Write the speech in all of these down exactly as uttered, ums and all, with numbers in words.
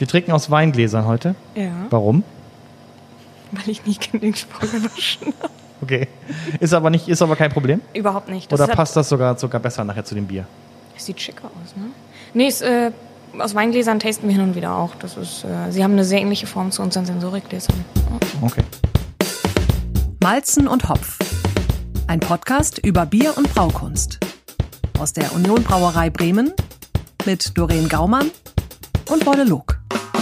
Wir trinken aus Weingläsern heute. Ja. Warum? Weil ich nicht genügend vorgewaschen habe. Okay. Ist aber nicht, ist aber kein Problem? Überhaupt nicht. Das Oder ist passt das sogar, sogar besser nachher zu dem Bier? Das sieht schicker aus, ne? Nee, es, äh, aus Weingläsern tasten wir hin und wieder auch. Das ist, äh, sie haben eine sehr ähnliche Form zu unseren Sensorikgläsern. Oh. Okay. Malzen und Hopf. Ein Podcast über Bier und Braukunst. Aus der Union Brauerei Bremen mit Doreen Gaumann und Wolle Log.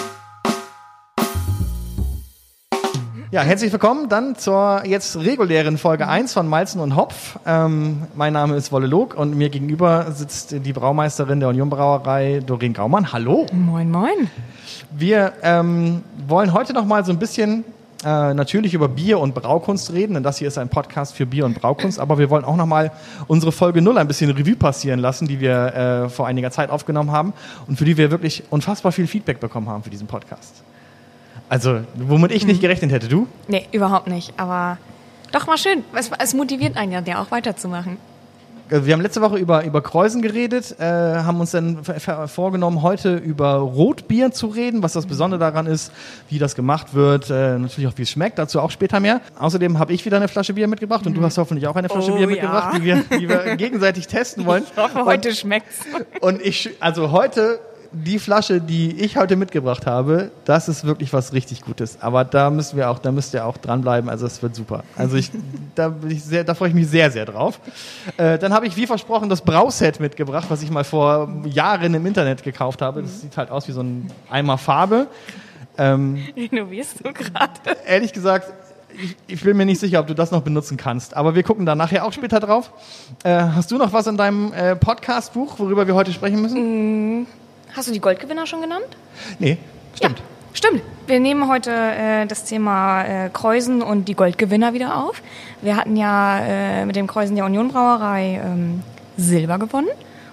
Ja, herzlich willkommen dann zur jetzt regulären Folge eins von Malzen und Hopf. Ähm, mein Name ist Wolle Log und mir gegenüber sitzt die Braumeisterin der Union Brauerei, Doreen Gaumann. Hallo. Moin, moin. Wir ähm, wollen heute noch mal so ein bisschen äh, natürlich über Bier und Braukunst reden, denn das hier ist ein Podcast für Bier und Braukunst, aber wir wollen auch noch mal unsere Folge null ein bisschen Revue passieren lassen, die wir äh, vor einiger Zeit aufgenommen haben und für die wir wirklich unfassbar viel Feedback bekommen haben für diesen Podcast. Also, womit ich nicht gerechnet hätte, du? Nee, überhaupt nicht. Aber doch mal schön. Es, es motiviert einen ja auch weiterzumachen. Wir haben letzte Woche über, über Kreuzen geredet, äh, haben uns dann vorgenommen, heute über Rotbier zu reden, was das Besondere daran ist, wie das gemacht wird, äh, natürlich auch wie es schmeckt, dazu auch später mehr. Außerdem habe ich wieder eine Flasche Bier mitgebracht und du hast hoffentlich auch eine Flasche oh, Bier mitgebracht, ja. die, wir, die wir gegenseitig testen wollen. Ich hoffe, heute schmeckt's. Und ich, also heute... Die Flasche, die ich heute mitgebracht habe, das ist wirklich was richtig Gutes. Aber da müssen wir auch, da müsst ihr auch dranbleiben. Also es wird super. Also ich, da bin ich sehr, da freue ich mich sehr, sehr drauf. Äh, dann habe ich, wie versprochen, das Brauset mitgebracht, was ich mal vor Jahren im Internet gekauft habe. Das sieht halt aus wie so ein Eimer Farbe. Ähm, Renovierst du gerade? Ehrlich gesagt, ich, ich bin mir nicht sicher, ob du das noch benutzen kannst. Aber wir gucken da nachher auch später drauf. Äh, hast du noch was in deinem äh, Podcast-Buch, worüber wir heute sprechen müssen? Mm. Hast du die Goldgewinner schon genannt? Nee, stimmt. Ja, stimmt. Wir nehmen heute äh, das Thema äh, Kreuzen und die Goldgewinner wieder auf. Wir hatten ja äh, mit dem Kreuzen der Union Brauerei ähm, Silber gewonnen.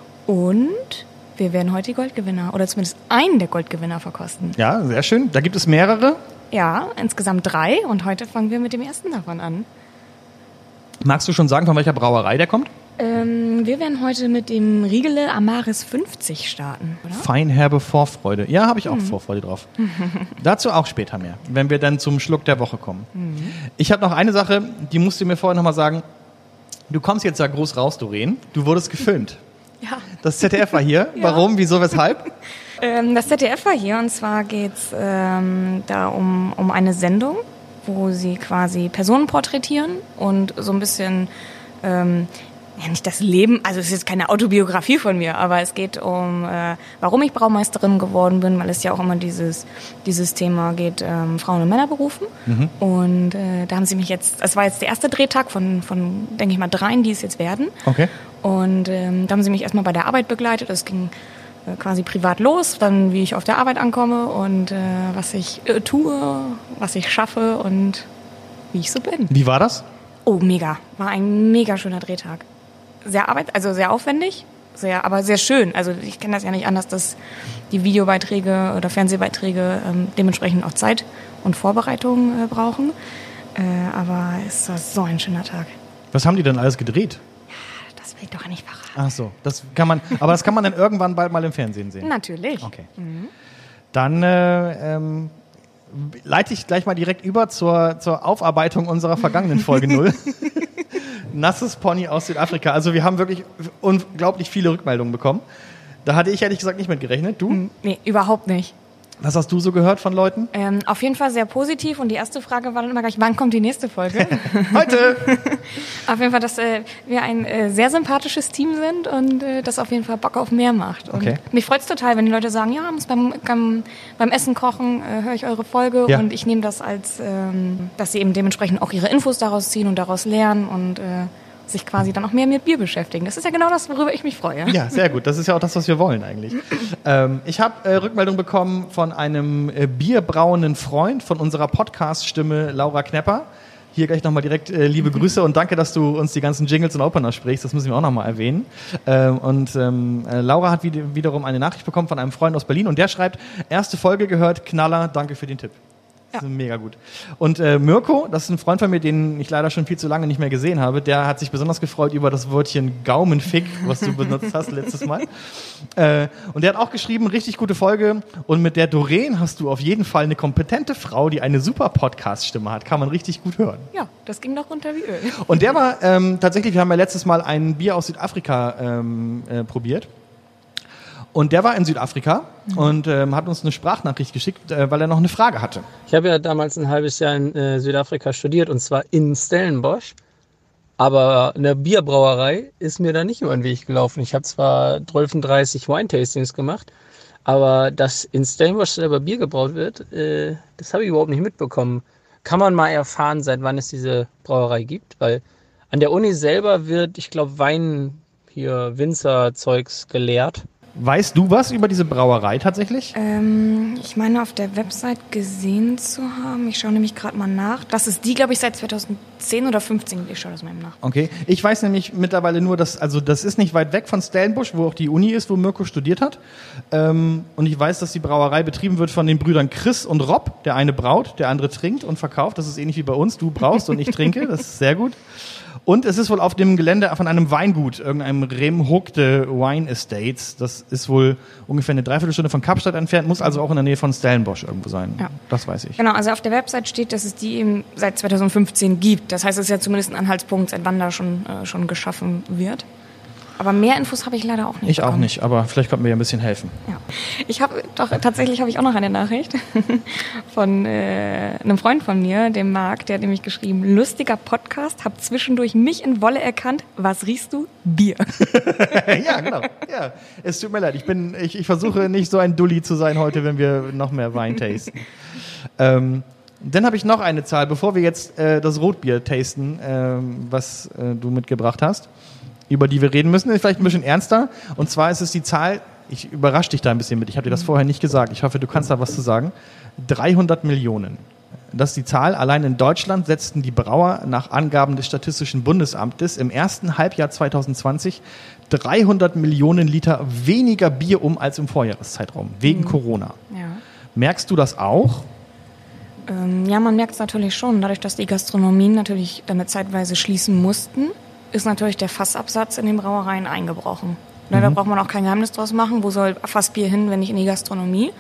Und wir werden heute die Goldgewinner, oder zumindest einen der Goldgewinner verkosten. Ja, sehr schön. Da gibt es mehrere. Ja, insgesamt drei. Und heute fangen wir mit dem ersten davon an. Magst du schon sagen, von welcher Brauerei der kommt? Ähm, wir werden heute mit dem Riegele Amaris fünfzig starten, oder? Feinherbe Vorfreude. Ja, habe ich auch mhm. Vorfreude drauf. Dazu auch später mehr, wenn wir dann zum Schluck der Woche kommen. Mhm. Ich habe noch eine Sache, die musst du mir vorher nochmal sagen. Du kommst jetzt da groß raus, Doreen. Du wurdest gefilmt. Ja. Das Z D F war hier. Ja. Warum, wieso, weshalb? Ähm, das Z D F war hier und zwar geht's ähm, da um, um eine Sendung, wo sie quasi Personen porträtieren und so ein bisschen... Ähm, Ja, nicht das Leben, also es ist jetzt keine Autobiografie von mir, aber es geht um, äh, warum ich Braumeisterin geworden bin, weil es ja auch immer dieses dieses Thema geht, ähm, Frauen- und Männerberufen. Mhm. Und äh, da haben sie mich jetzt, es war jetzt der erste Drehtag von, von denke ich mal, dreien, die es jetzt werden. Okay. Und ähm, da haben sie mich erstmal bei der Arbeit begleitet. Es ging äh, quasi privat los, dann wie ich auf der Arbeit ankomme und äh, was ich äh, tue, was ich schaffe und wie ich so bin. Wie war das? Oh, mega. War ein mega schöner Drehtag. Sehr arbeit, also sehr aufwendig, sehr, aber sehr schön. Also ich kenne das ja nicht anders, dass die Videobeiträge oder Fernsehbeiträge ähm, dementsprechend auch Zeit und Vorbereitung äh, brauchen. Äh, aber es war so ein schöner Tag. Was haben die denn alles gedreht? Das will ich doch nicht verraten. Ach so, das kann man, aber das kann man dann irgendwann bald mal im Fernsehen sehen. Natürlich. Okay. Mhm. Dann äh, ähm, leite ich gleich mal direkt über zur, zur Aufarbeitung unserer vergangenen Folge null. Nasses Pony aus Südafrika. Also wir haben wirklich unglaublich viele Rückmeldungen bekommen. Da hatte ich ehrlich gesagt nicht mit gerechnet. Du? Nee, überhaupt nicht. Was hast du so gehört von Leuten? Ähm, auf jeden Fall sehr positiv und die erste Frage war dann immer gleich, wann kommt die nächste Folge? Heute! Auf jeden Fall, dass äh, wir ein äh, sehr sympathisches Team sind und äh, das auf jeden Fall Bock auf mehr macht. Und okay. Mich freut es total, wenn die Leute sagen, ja, beim, beim, beim Essen kochen äh, höre ich eure Folge ja. Und ich nehme das als, ähm, dass sie eben dementsprechend auch ihre Infos daraus ziehen und daraus lernen und äh, sich quasi dann auch mehr mit Bier beschäftigen. Das ist ja genau das, worüber ich mich freue. Ja, sehr gut. Das ist ja auch das, was wir wollen eigentlich. ähm, ich habe äh, Rückmeldung bekommen von einem äh, bierbrauenden Freund von unserer Podcast-Stimme Laura Knepper. Hier gleich nochmal direkt äh, liebe Grüße und danke, dass du uns die ganzen Jingles und Opener sprichst. Das müssen wir auch nochmal erwähnen. Ähm, und ähm, äh, Laura hat wieder, wiederum eine Nachricht bekommen von einem Freund aus Berlin und der schreibt, erste Folge gehört, Knaller, danke für den Tipp. Das ist mega gut. Und äh, Mirko, das ist ein Freund von mir, den ich leider schon viel zu lange nicht mehr gesehen habe, der hat sich besonders gefreut über das Wörtchen Gaumenfick, was du benutzt hast letztes Mal. Äh, und der hat auch geschrieben, richtig gute Folge. Und mit der Doreen hast du auf jeden Fall eine kompetente Frau, die eine super Podcast-Stimme hat. Kann man richtig gut hören. Ja, das ging doch runter wie Öl. Und der war ähm, tatsächlich, wir haben ja letztes Mal ein Bier aus Südafrika ähm, äh, probiert. Und der war in Südafrika mhm. und ähm, hat uns eine Sprachnachricht geschickt, äh, weil er noch eine Frage hatte. Ich habe ja damals ein halbes Jahr in äh, Südafrika studiert und zwar in Stellenbosch. Aber eine Bierbrauerei ist mir da nicht über den Weg gelaufen. Ich habe zwar dreißig Wine-Tastings gemacht, aber dass in Stellenbosch selber Bier gebraut wird, äh, das habe ich überhaupt nicht mitbekommen. Kann man mal erfahren, seit wann es diese Brauerei gibt? Weil an der Uni selber wird, ich glaube, Wein, hier Winzerzeugs gelehrt. Weißt du was über diese Brauerei tatsächlich? Ähm, ich meine, auf der Website gesehen zu haben. Ich schaue nämlich gerade mal nach. Das ist die, glaube ich, seit zweitausendzehn oder fünfzehn. Ich schaue das mal eben nach. Okay. Ich weiß nämlich mittlerweile nur, dass, also das ist nicht weit weg von Stellenbosch, wo auch die Uni ist, wo Mirko studiert hat. Ähm, und ich weiß, dass die Brauerei betrieben wird von den Brüdern Chris und Rob. Der eine braut, der andere trinkt und verkauft. Das ist ähnlich wie bei uns. Du braust und ich trinke. Das ist sehr gut. Und es ist wohl auf dem Gelände von einem Weingut, irgendeinem Remhoekte Wine Estates. Das ist wohl ungefähr eine Dreiviertelstunde von Kapstadt entfernt, muss also auch in der Nähe von Stellenbosch irgendwo sein. Ja. Das weiß ich. Genau, also auf der Website steht, dass es die eben seit zweitausendfünfzehn gibt. Das heißt, es ist ja zumindest ein Anhaltspunkt, seit wann da schon, äh, schon geschaffen wird. Aber mehr Infos habe ich leider auch nicht. Ich bekommen. auch nicht, aber vielleicht konnten wir ja ein bisschen helfen. Ja. Ich habe doch tatsächlich habe ich auch noch eine Nachricht von äh, einem Freund von mir, dem Marc, der hat nämlich geschrieben: Lustiger Podcast, hab zwischendurch mich in Wolle erkannt. Was riechst du? Bier. Ja, genau. Ja, es tut mir leid. Ich bin, ich, ich versuche nicht so ein Dulli zu sein heute, wenn wir noch mehr Wein tasten. ähm, Dann habe ich noch eine Zahl, bevor wir jetzt äh, das Rotbier tasten, ähm, was äh, du mitgebracht hast, über die wir reden müssen, ist vielleicht ein bisschen ernster. Und zwar ist es die Zahl, ich überrasche dich da ein bisschen mit, ich habe dir das vorher nicht gesagt, ich hoffe, du kannst da was zu sagen, dreihundert Millionen. Das ist die Zahl, allein in Deutschland setzten die Brauer nach Angaben des Statistischen Bundesamtes im ersten Halbjahr zweitausendzwanzig dreihundert Millionen Liter weniger Bier um als im Vorjahreszeitraum, wegen mhm. Corona. Ja. Merkst du das auch? Ähm, ja, man merkt es natürlich schon, dadurch, dass die Gastronomien natürlich damit zeitweise schließen mussten, ist natürlich der Fassabsatz in den Brauereien eingebrochen. Mhm. Da braucht man auch kein Geheimnis draus machen. Wo soll Fassbier hin, wenn nicht in die Gastronomie?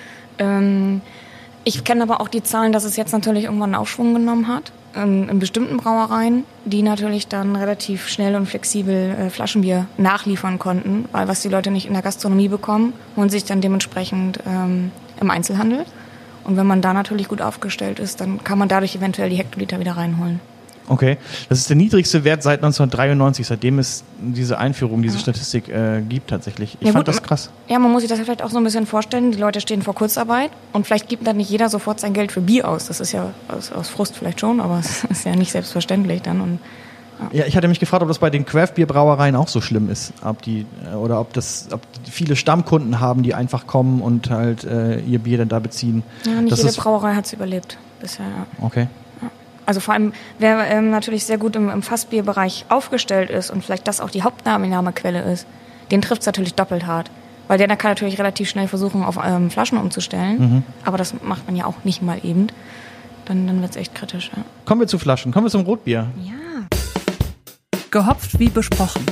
Ähm, ich kenne aber auch die Zahlen, dass es jetzt natürlich irgendwann einen Aufschwung genommen hat. In, in bestimmten Brauereien, die natürlich dann relativ schnell und flexibel äh, Flaschenbier nachliefern konnten. Weil was die Leute nicht in der Gastronomie bekommen, holen sich dann dementsprechend ähm, im Einzelhandel. Und wenn man da natürlich gut aufgestellt ist, dann kann man dadurch eventuell die Hektoliter wieder reinholen. Okay, das ist der niedrigste Wert seit neunzehnhundertdreiundneunzig, seitdem es diese Einführung, diese ja. Statistik äh, gibt tatsächlich. Ich ja, fand gut, das krass. Ja, man muss sich das vielleicht auch so ein bisschen vorstellen, die Leute stehen vor Kurzarbeit und vielleicht gibt dann nicht jeder sofort sein Geld für Bier aus. Das ist ja aus, aus Frust vielleicht schon, aber es ist ja nicht selbstverständlich dann. Und, ja. ja, ich hatte mich gefragt, ob das bei den Craft-Bier-Brauereien auch so schlimm ist, ob die oder ob das, ob viele Stammkunden haben, die einfach kommen und halt äh, ihr Bier dann da beziehen. Ja, nicht das jede ist Brauerei hat es überlebt bisher. Ja. Okay. Also vor allem, wer ähm, natürlich sehr gut im, im Fassbierbereich aufgestellt ist und vielleicht das auch die Hauptnahmequelle ist, den trifft es natürlich doppelt hart. Weil der kann natürlich relativ schnell versuchen, auf ähm, Flaschen umzustellen. Mhm. Aber das macht man ja auch nicht mal eben. Dann, dann wird es echt kritisch. Ja. Kommen wir zu Flaschen. Kommen wir zum Rotbier. Ja. Gehopft wie besprochen.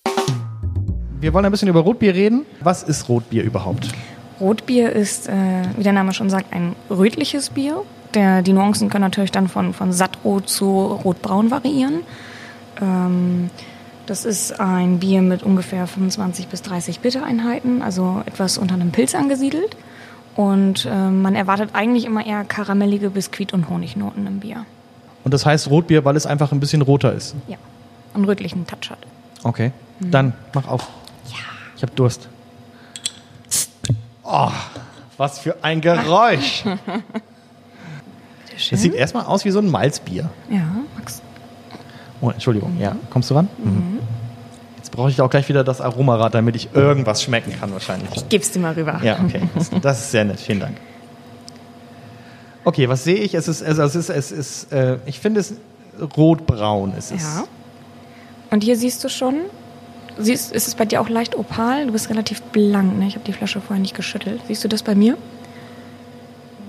Wir wollen ein bisschen über Rotbier reden. Was ist Rotbier überhaupt? Rotbier ist, äh, wie der Name schon sagt, ein rötliches Bier. Der, die Nuancen können natürlich dann von, von sattrot zu rotbraun variieren. Ähm, das ist ein Bier mit ungefähr fünfundzwanzig bis dreißig Bittereinheiten, also etwas unter einem Pilz angesiedelt. Und äh, man erwartet eigentlich immer eher karamellige Biskuit- und Honignoten im Bier. Und das heißt Rotbier, weil es einfach ein bisschen roter ist? Ja, einen rötlichen Touch hat. Okay, mhm. Dann mach auf. Ja. Ich habe Durst. Oh, was für ein Geräusch! Das sieht erstmal aus wie so ein Malzbier. Ja, Max. Oh, Entschuldigung, ja. Kommst du ran? Mhm. Jetzt brauche ich auch gleich wieder das Aromarad, damit ich irgendwas schmecken kann wahrscheinlich. Ich geb's dir mal rüber. Ja, okay. Das ist sehr nett. Vielen Dank. Okay, was sehe ich? Es ist, also es ist, es ist, äh, ich finde es rotbraun. Ist es. Ja. Und hier siehst du schon, siehst, ist es bei dir auch leicht opal? Du bist relativ blank, ne? Ich habe die Flasche vorher nicht geschüttelt. Siehst du das bei mir?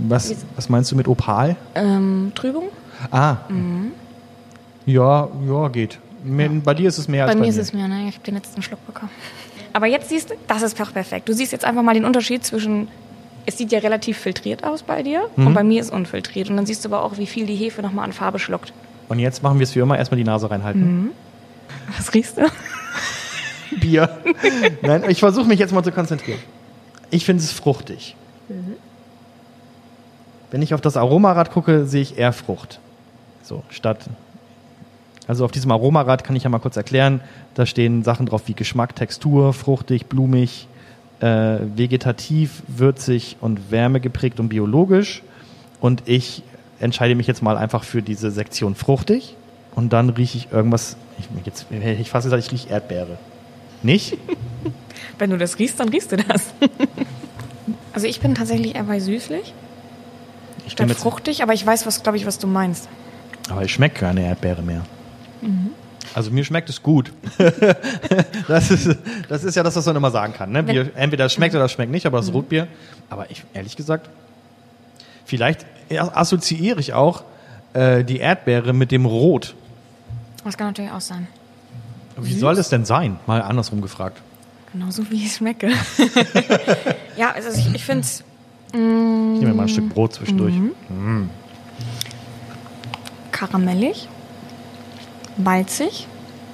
Was, was meinst du mit Opal? Ähm, Trübung? Ah. Mhm. Ja, ja, geht. Ja. Bei dir ist es mehr als bei mir. Bei mir mir. ist es mehr, ne? Ich habe den letzten Schluck bekommen. Aber jetzt siehst du, das ist perfekt. Du siehst jetzt einfach mal den Unterschied zwischen, es sieht ja relativ filtriert aus bei dir mhm. und bei mir ist unfiltriert. Und dann siehst du aber auch, wie viel die Hefe nochmal an Farbe schluckt. Und jetzt machen wir es wie immer, erstmal die Nase reinhalten. Mhm. Was riechst du? Bier. Nein, ich versuche mich jetzt mal zu konzentrieren. Ich finde es fruchtig. Mhm. Wenn ich auf das Aromarad gucke, sehe ich eher Frucht. So, statt... Also auf diesem Aromarad kann ich ja mal kurz erklären, da stehen Sachen drauf wie Geschmack, Textur, fruchtig, blumig, äh, vegetativ, würzig und wärmegeprägt und biologisch. Und ich entscheide mich jetzt mal einfach für diese Sektion fruchtig und dann rieche ich irgendwas, ich, jetzt hätte ich fast gesagt, ich rieche Erdbeere. Nicht? Wenn du das riechst, dann riechst du das. Also ich bin tatsächlich eher bei süßlich, ich statt fruchtig, aber ich weiß, was, glaube ich, was du meinst. Aber ich schmecke keine Erdbeere mehr. Mhm. Also mir schmeckt es gut. das, ist, das ist ja das, was man immer sagen kann. Ne? Bier, entweder es schmeckt oder es schmeckt nicht, aber das mhm. Rotbier. Aber ich, ehrlich gesagt, vielleicht assoziiere ich auch äh, die Erdbeere mit dem Rot. Das kann natürlich auch sein. Wie Süß? Soll es denn sein? Mal andersrum gefragt. Genauso wie ich schmecke. Ja, also ich, ich finde es... Mm, ich nehme mal ein Stück Brot zwischendurch. Mhm. Mm. Karamellig. Malzig.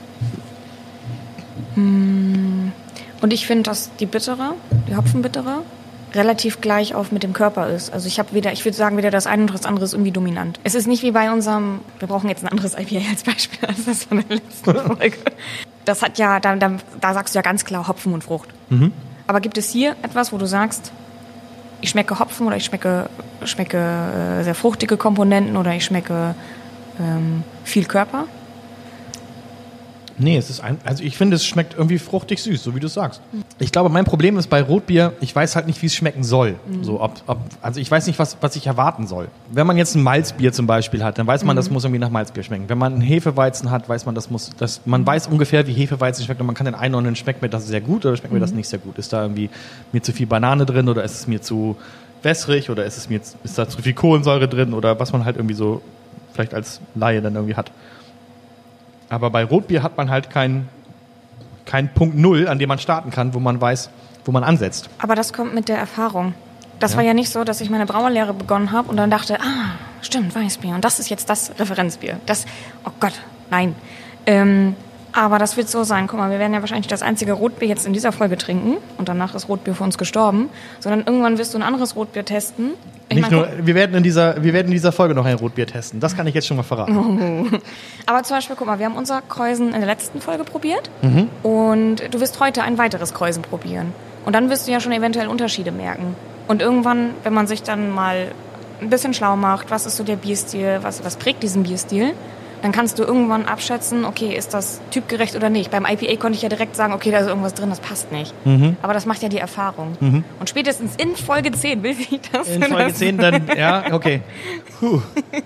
Und ich finde, dass die bittere, die Hopfenbittere, relativ gleich auf mit dem Körper ist. Also ich habe weder, ich würde sagen, weder das eine noch das andere ist irgendwie dominant. Es ist nicht wie bei unserem, wir brauchen jetzt ein anderes I P A als Beispiel, als das von der letzten Folge. Das hat ja, da, da, da sagst du ja ganz klar Hopfen und Frucht. Mhm. Aber gibt es hier etwas, wo du sagst, ich schmecke Hopfen oder ich schmecke, schmecke äh, sehr fruchtige Komponenten oder ich schmecke ähm, viel Körper? Nee, es ist ein, also ich finde, es schmeckt irgendwie fruchtig süß, so wie du es sagst. Ich glaube, mein Problem ist bei Rotbier, ich weiß halt nicht, wie es schmecken soll. Mhm. So, ob, ob, also ich weiß nicht, was, was ich erwarten soll. Wenn man jetzt ein Malzbier zum Beispiel hat, dann weiß man, mhm. das muss irgendwie nach Malzbier schmecken. Wenn man einen Hefeweizen hat, weiß man, das muss, das, man weiß ungefähr, wie Hefeweizen schmeckt und man kann den einordnen, schmeckt mir das sehr gut oder schmeckt mir mhm. das nicht sehr gut. Ist da irgendwie mir zu viel Banane drin oder ist es mir zu wässrig oder ist es mir, ist da zu viel Kohlensäure drin oder was man halt irgendwie so vielleicht als Laie dann irgendwie hat. Aber bei Rotbier hat man halt keinen kein Punkt Null, an dem man starten kann, wo man weiß, wo man ansetzt. Aber das kommt mit der Erfahrung. Das ja. war ja nicht so, dass ich meine Brauerlehre begonnen habe und dann dachte, ah, stimmt, Weißbier. Und das ist jetzt das Referenzbier. Das, oh Gott, nein. Ähm, aber das wird so sein. Guck mal, wir werden ja wahrscheinlich das einzige Rotbier jetzt in dieser Folge trinken und danach ist Rotbier für uns gestorben. Sondern irgendwann wirst du ein anderes Rotbier testen. Ich Nicht mein, nur, wir werden, in dieser, wir werden in dieser Folge noch ein Rotbier testen. Das kann ich jetzt schon mal verraten. Oh. Aber zum Beispiel, guck mal, wir haben unser Kreusen in der letzten Folge probiert. Mhm. Und du wirst heute ein weiteres Kreusen probieren. Und dann wirst du ja schon eventuell Unterschiede merken. Und irgendwann, wenn man sich dann mal ein bisschen schlau macht, was ist so der Bierstil, was, was prägt diesen Bierstil, dann kannst du irgendwann abschätzen, okay, ist das typgerecht oder nicht. Beim I P A konnte ich ja direkt sagen, okay, da ist irgendwas drin, das passt nicht. Mhm. Aber das macht ja die Erfahrung. Mhm. Und spätestens in Folge zehn will sich das... In Folge zehn dann, ja, okay. Puh.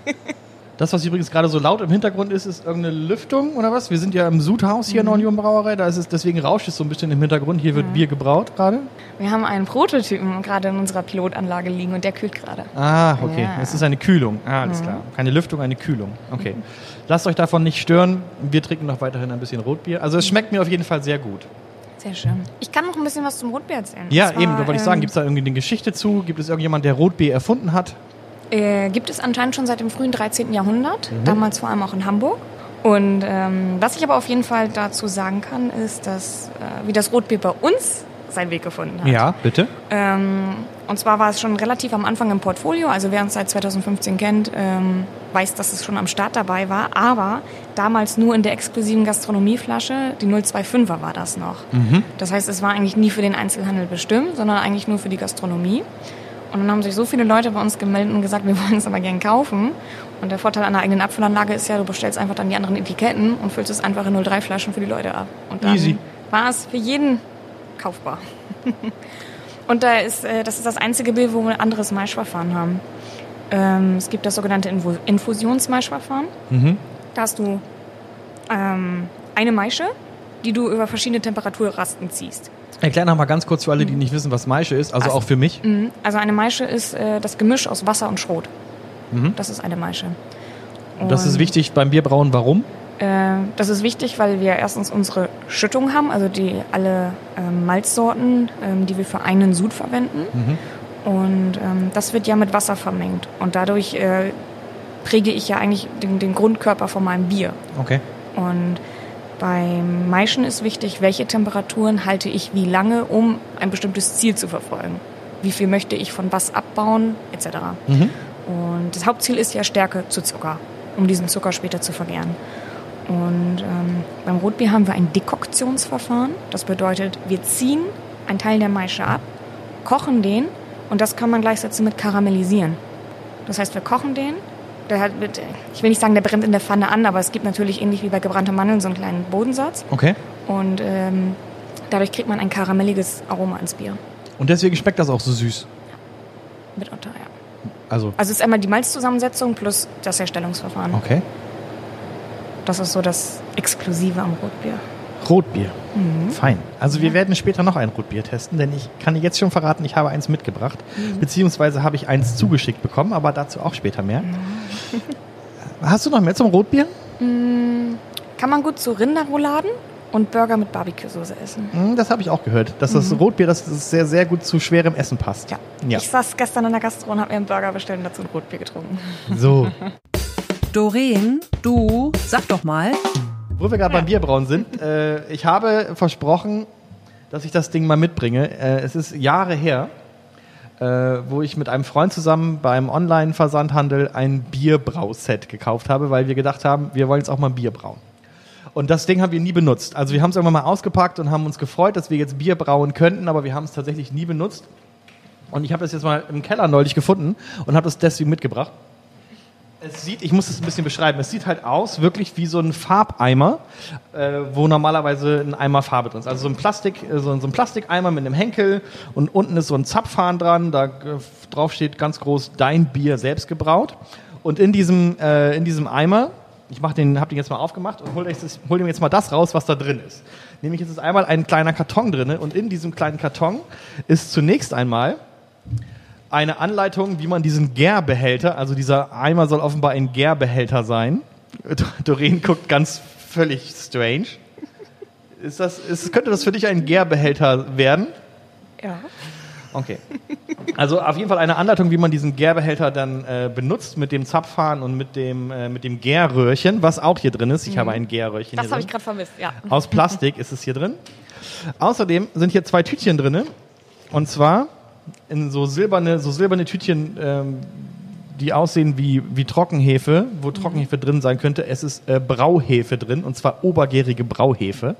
Das, was übrigens gerade so laut im Hintergrund ist, ist irgendeine Lüftung oder was? Wir sind ja im Sudhaus hier mhm. in der Union Brauerei, da ist es, deswegen rauscht es so ein bisschen im Hintergrund. Hier wird mhm. Bier gebraut gerade. Wir haben einen Prototypen gerade in unserer Pilotanlage liegen und der kühlt gerade. Ah, okay. Ja. Es ist eine Kühlung. Ah, alles mhm. klar. Keine Lüftung, eine Kühlung. Okay. Mhm. Lasst euch davon nicht stören. Wir trinken noch weiterhin ein bisschen Rotbier. Also es schmeckt mir auf jeden Fall sehr gut. Sehr schön. Ich kann noch ein bisschen was zum Rotbier erzählen. Ja, war, eben, da wollte ähm, ich sagen, gibt es da irgendwie eine Geschichte zu? Gibt es irgendjemand, der Rotbier erfunden hat? Äh, gibt es anscheinend schon seit dem frühen dreizehnten Jahrhundert, mhm. damals vor allem auch in Hamburg. Und ähm, was ich aber auf jeden Fall dazu sagen kann, ist, dass äh, wie das Rotbier bei uns seinen Weg gefunden hat. Ja, bitte. Ähm, und zwar war es schon relativ am Anfang im Portfolio, also wer uns seit zweitausendfünfzehn kennt, ähm, weiß, dass es schon am Start dabei war, aber damals nur in der exklusiven Gastronomieflasche, die null zwei fünfer war das noch. Mhm. Das heißt, es war eigentlich nie für den Einzelhandel bestimmt, sondern eigentlich nur für die Gastronomie. Und dann haben sich so viele Leute bei uns gemeldet und gesagt, wir wollen es aber gern kaufen. Und der Vorteil einer eigenen Abfüllanlage ist ja, du bestellst einfach dann die anderen Etiketten und füllst es einfach in null drei Flaschen für die Leute ab. Und dann Easy. War es für jeden kaufbar. Und da ist, das ist das einzige Bier, wo wir ein anderes Maischverfahren haben. Ähm, es gibt das sogenannte Infusionsmaischverfahren. Mhm. Da hast du ähm, eine Maische, die du über verschiedene Temperaturrasten ziehst. Erklär noch mal ganz kurz für alle, die nicht wissen, was Maische ist, also, also auch für mich. Also eine Maische ist äh, das Gemisch aus Wasser und Schrot. Mhm. Das ist eine Maische. Und das ist wichtig beim Bierbrauen, warum? Äh, das ist wichtig, weil wir erstens unsere Schüttung haben, also die alle ähm, Malzsorten, ähm, die wir für einen Sud verwenden. Mhm. Und ähm, das wird ja mit Wasser vermengt. Und dadurch äh, präge ich ja eigentlich den, den Grundkörper von meinem Bier. Okay. Und beim Maischen ist wichtig, welche Temperaturen halte ich wie lange, um ein bestimmtes Ziel zu verfolgen. Wie viel möchte ich von was abbauen, et cetera. Mhm. Und das Hauptziel ist ja Stärke zu Zucker, um diesen Zucker später zu vergären. Und ähm, beim Rotbier haben wir ein Dekoktionsverfahren. Das bedeutet, wir ziehen einen Teil der Maische ab, kochen den und das kann man gleichsetzen mit Karamellisieren. Das heißt, wir kochen den. Der hat mit, ich will nicht sagen, der brennt in der Pfanne an, aber es gibt natürlich ähnlich wie bei gebrannter Mandeln so einen kleinen Bodensatz. Okay. Und ähm, dadurch kriegt man ein karamelliges Aroma ins Bier. Und deswegen schmeckt das auch so süß? Ja. Mitunter, ja. Also, also es ist einmal die Malzzusammensetzung plus das Herstellungsverfahren. Okay. Das ist so das Exklusive am Rotbier. Rotbier. Mhm. Fein. Also wir werden später noch ein Rotbier testen, denn ich kann dir jetzt schon verraten, ich habe eins mitgebracht. Mhm. Beziehungsweise habe ich eins zugeschickt bekommen, aber dazu auch später mehr. Mhm. Hast du noch mehr zum Rotbier? Mhm. Kann man gut zu Rinderrouladen und Burger mit Barbecue-Soße essen. Mhm, das habe ich auch gehört, dass das mhm. Rotbier das sehr, sehr gut zu schwerem Essen passt. Ja. ja. Ich saß gestern in der Gastro und habe mir einen Burger bestellt und dazu ein Rotbier getrunken. So. Doreen, du, sag doch mal... Wo wir gerade beim Bierbrauen sind, äh, ich habe versprochen, dass ich das Ding mal mitbringe. Äh, es ist Jahre her, äh, wo ich mit einem Freund zusammen beim Online-Versandhandel ein Bierbrauset gekauft habe, weil wir gedacht haben, wir wollen jetzt auch mal Bier brauen. Und das Ding haben wir nie benutzt. Also wir haben es irgendwann mal ausgepackt und haben uns gefreut, dass wir jetzt Bier brauen könnten, aber wir haben es tatsächlich nie benutzt. Und ich habe das jetzt mal im Keller neulich gefunden und habe das deswegen mitgebracht. Es sieht, ich muss es ein bisschen beschreiben, es sieht halt aus wirklich wie so ein Farbeimer, äh, wo normalerweise ein Eimer Farbe drin ist. Also so ein Plastik, so ein, so ein Plastikeimer mit einem Henkel und unten ist so ein Zapfhahn dran, da äh, drauf steht ganz groß Dein Bier selbst gebraut. Und in diesem, äh, in diesem Eimer, ich mach den, hab den jetzt mal aufgemacht und hol, das, hol dem jetzt mal das raus, was da drin ist. Nämlich ist es einmal ein kleiner Karton drin und in diesem kleinen Karton ist zunächst einmal eine Anleitung, wie man diesen Gärbehälter, also dieser Eimer soll offenbar ein Gärbehälter sein. Doreen guckt ganz völlig strange. Ist das, ist, könnte das für dich ein Gärbehälter werden? Ja. Okay. Also auf jeden Fall eine Anleitung, wie man diesen Gärbehälter dann äh, benutzt mit dem Zapfhahn und mit dem, äh, mit dem Gärröhrchen, was auch hier drin ist. Ich mhm. habe ein Gärröhrchen das hier drin. Das habe ich gerade vermisst, ja. Aus Plastik ist es hier drin. Außerdem sind hier zwei Tütchen drin. Und zwar in so silberne, so silberne Tütchen, ähm, die aussehen wie, wie Trockenhefe, wo mhm. Trockenhefe drin sein könnte. Es ist äh, Brauhefe drin, und zwar obergärige Brauhefe.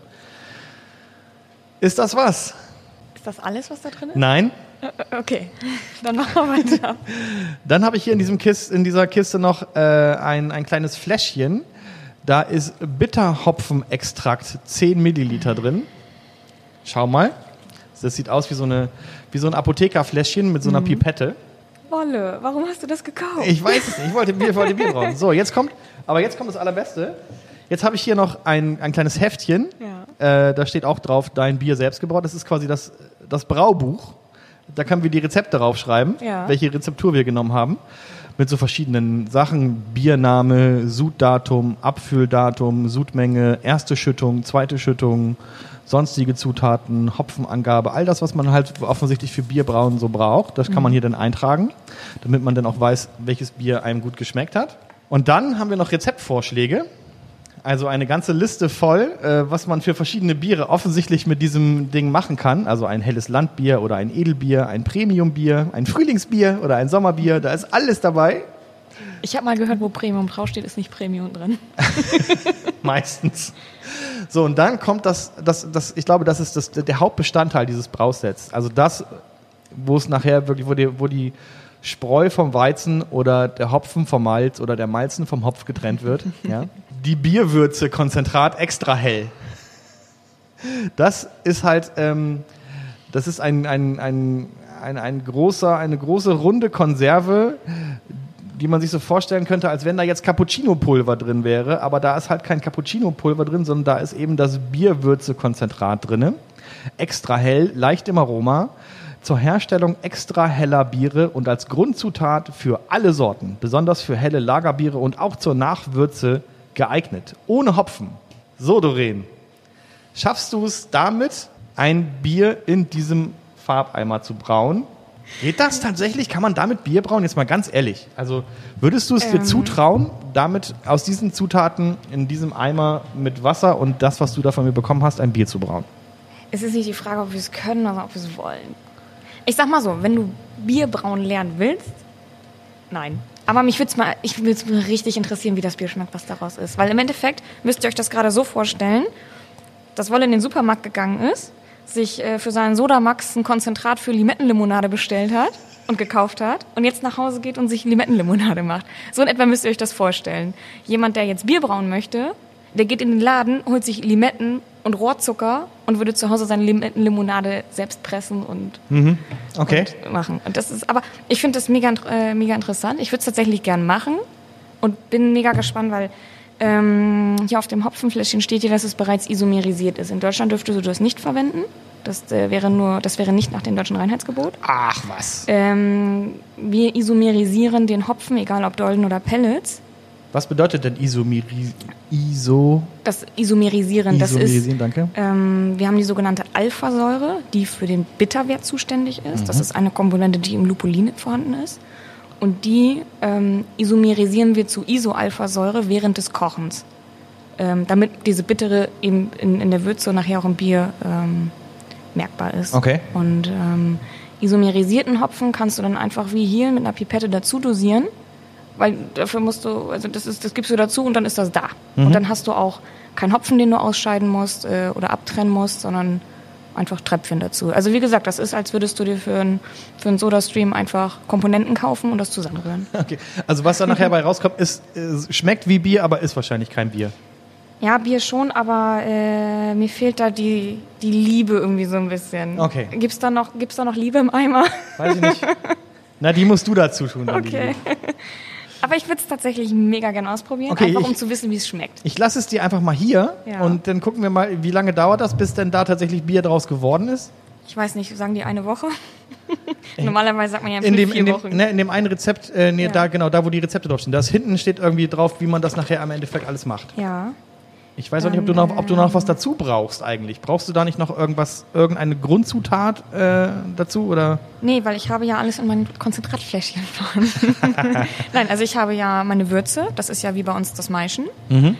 Ist das was? Ist das alles, was da drin ist? Nein. Okay, dann machen wir weiter. Dann habe ich hier in, diesem Kist, in dieser Kiste noch äh, ein, ein kleines Fläschchen. Da ist Bitterhopfenextrakt, zehn Milliliter drin. Schau mal. Das sieht aus wie so, eine, wie so ein Apothekerfläschchen mit so einer mhm. Pipette. Wolle, warum hast du das gekauft? Ich weiß es nicht, ich wollte Bier, ich wollte Bier brauen. So, jetzt kommt, aber jetzt kommt das Allerbeste. Jetzt habe ich hier noch ein, ein kleines Heftchen. Ja. Äh, da steht auch drauf, dein Bier selbst gebraut. Das ist quasi das, das Braubuch. Da können wir die Rezepte draufschreiben, ja. welche Rezeptur wir genommen haben. Mit so verschiedenen Sachen. Biername, Suddatum, Abfülldatum, Sudmenge, erste Schüttung, zweite Schüttung, sonstige Zutaten, Hopfenangabe, all das, was man halt offensichtlich für Bierbrauen so braucht, das kann man hier dann eintragen, damit man dann auch weiß, welches Bier einem gut geschmeckt hat. Und dann haben wir noch Rezeptvorschläge, also eine ganze Liste voll, äh, was man für verschiedene Biere offensichtlich mit diesem Ding machen kann. Also ein helles Landbier oder ein Edelbier, ein Premiumbier, ein Frühlingsbier oder ein Sommerbier, da ist alles dabei. Ich habe mal gehört, wo Premium draufsteht, ist nicht Premium drin. Meistens. So, und dann kommt das, das, das ich glaube, das ist das, der Hauptbestandteil dieses Brausets. Also das, wo es nachher wirklich, wo die, wo die Spreu vom Weizen oder der Hopfen vom Malz oder der Malzen vom Hopf getrennt wird. Ja. Die Bierwürze, Konzentrat extra hell. Das ist halt, ähm, das ist ein, ein, ein, ein, ein großer, eine große runde Konserve, die man sich so vorstellen könnte, als wenn da jetzt Cappuccino-Pulver drin wäre. Aber da ist halt kein Cappuccino-Pulver drin, sondern da ist eben das Bierwürze-Konzentrat drin. Extra hell, leicht im Aroma. Zur Herstellung extra heller Biere und als Grundzutat für alle Sorten, besonders für helle Lagerbiere und auch zur Nachwürze geeignet. Ohne Hopfen. So, Doreen, schaffst du es damit, ein Bier in diesem Farbeimer zu brauen? Geht das tatsächlich? Kann man damit Bier brauen? Jetzt mal ganz ehrlich. Also würdest du es dir Ähm. zutrauen, damit aus diesen Zutaten in diesem Eimer mit Wasser und das, was du da von mir bekommen hast, ein Bier zu brauen? Es ist nicht die Frage, ob wir es können oder ob wir es wollen. Ich sag mal so, wenn du Bier brauen lernen willst, nein. Aber mich würde es mal, ich würde es mir richtig interessieren, wie das Bier schmeckt, was daraus ist. Weil im Endeffekt müsst ihr euch das gerade so vorstellen, dass Wolle in den Supermarkt gegangen ist, sich äh, für seinen Sodamax ein Konzentrat für Limettenlimonade bestellt hat und gekauft hat und jetzt nach Hause geht und sich Limettenlimonade macht. So in etwa müsst ihr euch das vorstellen. Jemand, der jetzt Bier brauen möchte, der geht in den Laden, holt sich Limetten und Rohrzucker und würde zu Hause seine Limettenlimonade selbst pressen und, Mhm. Okay. und machen. Und das ist, aber ich finde das mega, äh, mega interessant. Ich würde es tatsächlich gern machen und bin mega gespannt, weil ähm, hier auf dem Hopfenfläschchen steht hier, dass es bereits isomerisiert ist. In Deutschland dürftest du das nicht verwenden. Das äh, wäre nur, das wäre nicht nach dem deutschen Reinheitsgebot. Ach was. Ähm, wir isomerisieren den Hopfen, egal ob Dolden oder Pellets. Was bedeutet denn Isomeri Iso Das Isomerisieren, das ist, Isomerisieren, danke. ähm, wir haben die sogenannte Alphasäure, die für den Bitterwert zuständig ist. Mhm. Das ist eine Komponente, die im Lupulin vorhanden ist. Und die ähm, isomerisieren wir zu Isoalphasäure während des Kochens, ähm, damit diese bittere eben in, in der Würze und nachher auch im Bier ähm, merkbar ist. Okay. Und ähm, isomerisierten Hopfen kannst du dann einfach wie hier mit einer Pipette dazu dosieren. Weil dafür musst du, also das ist, das gibst du dazu und dann ist das da. Mhm. Und dann hast du auch keinen Hopfen, den du ausscheiden musst äh, oder abtrennen musst, sondern einfach Tröpfchen dazu. Also wie gesagt, das ist, als würdest du dir für einen für einen Soda-Stream einfach Komponenten kaufen und das zusammenrühren. Okay. Also was da nachher bei rauskommt, ist, äh, schmeckt wie Bier, aber ist wahrscheinlich kein Bier. Ja, Bier schon, aber äh, mir fehlt da die, die Liebe irgendwie so ein bisschen. Okay. Gibt's da noch, gibt's da noch Liebe im Eimer? Weiß ich nicht. Na, die musst du dazu tun. Dann Okay. Die Liebe. Aber ich würde es tatsächlich mega gerne ausprobieren, Okay, einfach ich- um zu wissen, wie es schmeckt. Ich lasse es dir einfach mal hier Ja. und dann gucken wir mal, wie lange dauert das, bis denn da tatsächlich Bier draus geworden ist. Ich weiß nicht, sagen die eine Woche? Normalerweise sagt man ja In dem, vier in dem, Wochen. ne, in dem einen Rezept, äh, nee, Ja. da genau, da wo die Rezepte draufstehen. Da ist hinten steht irgendwie drauf, wie man das nachher am Endeffekt alles macht. Ja. Ich weiß auch nicht, ob du noch, ob du noch was dazu brauchst eigentlich. Brauchst du da nicht noch irgendwas, irgendeine Grundzutat äh, dazu oder? Nee, weil ich habe ja alles in meinen Konzentratfläschchen vorhanden. Nein, also ich habe ja meine Würze, das ist ja wie bei uns das Maischen. Mhm.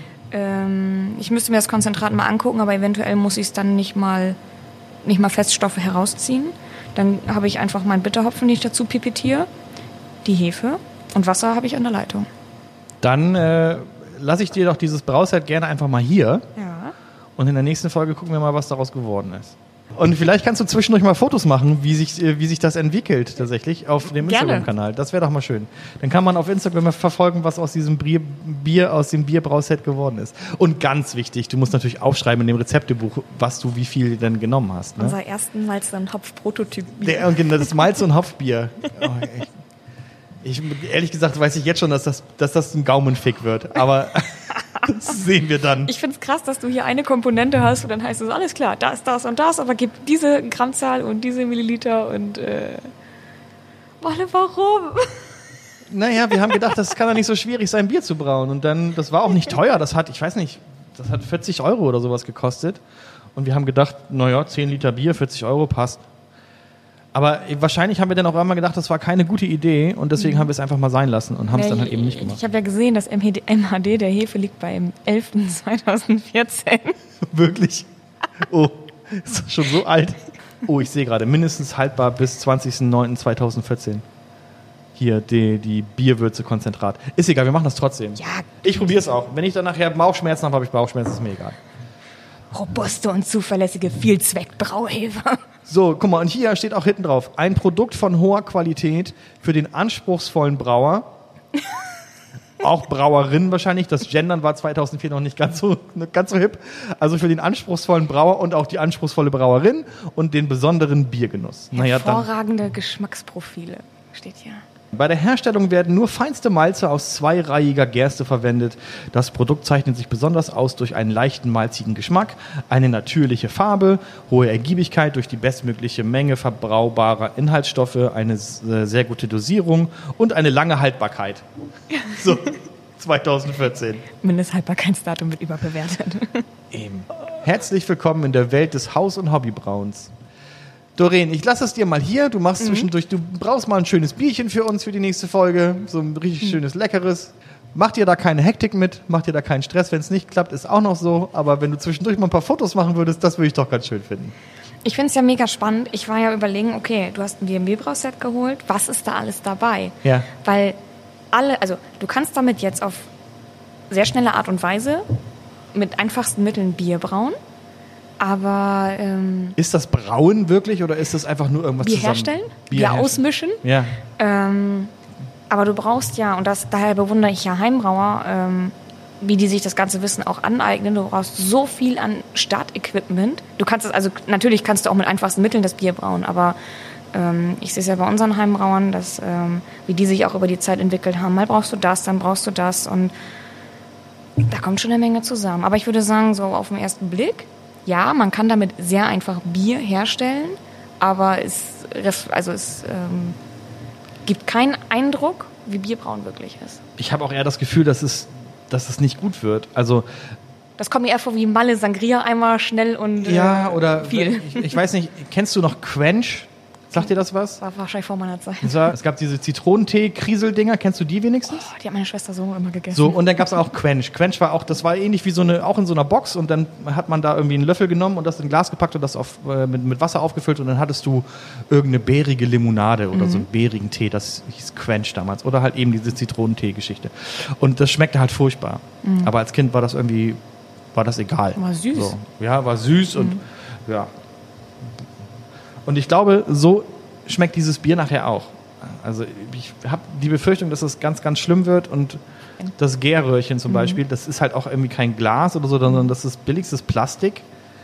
Ähm, ich müsste mir das Konzentrat mal angucken, aber eventuell muss ich es dann nicht mal, nicht mal Feststoffe herausziehen. Dann habe ich einfach meinen Bitterhopfen, den ich dazu pipettiere, die Hefe und Wasser habe ich an der Leitung. Dann äh, lasse ich dir doch dieses Brauset gerne einfach mal hier Ja. und in der nächsten Folge gucken wir mal, was daraus geworden ist. Und vielleicht kannst du zwischendurch mal Fotos machen, wie sich, äh, wie sich das entwickelt tatsächlich auf dem Gerne. Instagram-Kanal. Das wäre doch mal schön. Dann kann man auf Instagram verfolgen, was aus diesem Bier, Bier aus dem Bierbrauset geworden ist. Und ganz wichtig, du musst natürlich aufschreiben in dem Rezeptebuch, was du wie viel denn genommen hast. Ne? Unser ersten Malz und Hopf-Prototyp. Der, genau, das Malz- und Hopfbier. Oh, echt. Ich, ehrlich gesagt weiß ich jetzt schon, dass das, dass das ein Gaumenfick wird. Aber das sehen wir dann. Ich finde es krass, dass du hier eine Komponente hast und dann heißt es, alles klar, da ist das und das, aber gib diese Grammzahl und diese Milliliter und äh, Wolle, warum? Naja, wir haben gedacht, das kann doch nicht so schwierig sein, Bier zu brauen. Und dann, das war auch nicht teuer. Das hat, ich weiß nicht, das hat vierzig Euro oder sowas gekostet. Und wir haben gedacht, naja, zehn Liter Bier, vierzig Euro passt. Aber wahrscheinlich haben wir dann auch einmal gedacht, das war keine gute Idee. Und deswegen haben wir es einfach mal sein lassen und haben es dann halt eben nicht gemacht. Ich habe ja gesehen, das M H D der Hefe liegt beim elften zweitausendvierzehn. Wirklich? Oh, ist das schon so alt? Oh, ich sehe gerade, mindestens haltbar bis zwanzigsten neunten zweitausendvierzehn. Hier, die, die Bierwürze-Konzentrat. Ist egal, wir machen das trotzdem. Ja, Ich probiere es auch. Wenn ich dann nachher Bauchschmerzen habe, habe ich Bauchschmerzen, ist mir egal. robuste und zuverlässige Vielzweck-Brauhefe. So, guck mal, und hier steht auch hinten drauf, ein Produkt von hoher Qualität für den anspruchsvollen Brauer. Auch Brauerin wahrscheinlich. Das Gendern war zweitausendvier noch nicht ganz so, ganz so hip. Also für den anspruchsvollen Brauer und auch die anspruchsvolle Brauerin und den besonderen Biergenuss. Naja, dann. Hervorragende Geschmacksprofile steht hier. Bei der Herstellung werden nur feinste Malze aus zweireihiger Gerste verwendet. Das Produkt zeichnet sich besonders aus durch einen leichten malzigen Geschmack, eine natürliche Farbe, hohe Ergiebigkeit durch die bestmögliche Menge verbrauchbarer Inhaltsstoffe, eine sehr gute Dosierung und eine lange Haltbarkeit. So, zweitausendvierzehn. Mindesthaltbarkeitsdatum wird überbewertet. Eben. Herzlich willkommen in der Welt des Haus- und Hobbybrauens. Doreen, ich lasse es dir mal hier. Du machst mhm. zwischendurch, du brauchst mal ein schönes Bierchen für uns für die nächste Folge. So ein richtig mhm. schönes, leckeres. Mach dir da keine Hektik mit, mach dir da keinen Stress. Wenn es nicht klappt, ist auch noch so. Aber wenn du zwischendurch mal ein paar Fotos machen würdest, das würde ich doch ganz schön finden. Ich finde es ja mega spannend. Ich war ja überlegen, okay, du hast ein B M W-Brauset geholt. Was ist da alles dabei? Ja. Weil alle, also du kannst damit jetzt auf sehr schnelle Art und Weise mit einfachsten Mitteln Bier brauen. Aber ähm, ist das Brauen wirklich oder ist das einfach nur irgendwas Bier zusammen? Herstellen? Bier, Bier herstellen? ausmischen? Ja. Ähm, aber du brauchst ja, und das, daher bewundere ich ja Heimbrauer, ähm, wie die sich das ganze Wissen auch aneignen. Du brauchst so viel an Startequipment. Du kannst es, also natürlich kannst du auch mit einfachsten Mitteln das Bier brauen, aber ähm, ich sehe es ja bei unseren Heimbrauern, dass, ähm, wie die sich auch über die Zeit entwickelt haben. Mal brauchst du das, dann brauchst du das und da kommt schon eine Menge zusammen. Aber ich würde sagen, so auf den ersten Blick, ja, man kann damit sehr einfach Bier herstellen, aber es, also es ähm, gibt keinen Eindruck, wie Bierbrauen wirklich ist. Ich habe auch eher das Gefühl, dass es, dass es nicht gut wird. Also das kommt mir eher vor wie Malle Sangria, einmal schnell und äh, ja, oder viel. Ich, ich weiß nicht, kennst du noch Quench? Sagt dir das was? Das war wahrscheinlich vor meiner Zeit. Es gab diese Zitronentee-Kriseldinger, kennst du die wenigstens? Oh, die hat meine Schwester so immer gegessen. So, und dann gab es auch Quench. Quench war auch, das war ähnlich wie so eine, auch in so einer Box und dann hat man da irgendwie einen Löffel genommen und das in ein Glas gepackt und das auf, äh, mit, mit Wasser aufgefüllt und dann hattest du irgendeine beerige Limonade oder mhm. so einen beerigen Tee, das hieß Quench damals. Oder halt eben diese Zitronentee-Geschichte. Und das schmeckte halt furchtbar. Mhm. Aber als Kind war das irgendwie, war das egal. War süß. So, ja, war süß mhm. und ja. Und ich glaube, so schmeckt dieses Bier nachher auch. Also ich habe die Befürchtung, dass es ganz, ganz schlimm wird und das Gärröhrchen zum mhm. Beispiel, das ist halt auch irgendwie kein Glas oder so, sondern das ist billigstes Plastik.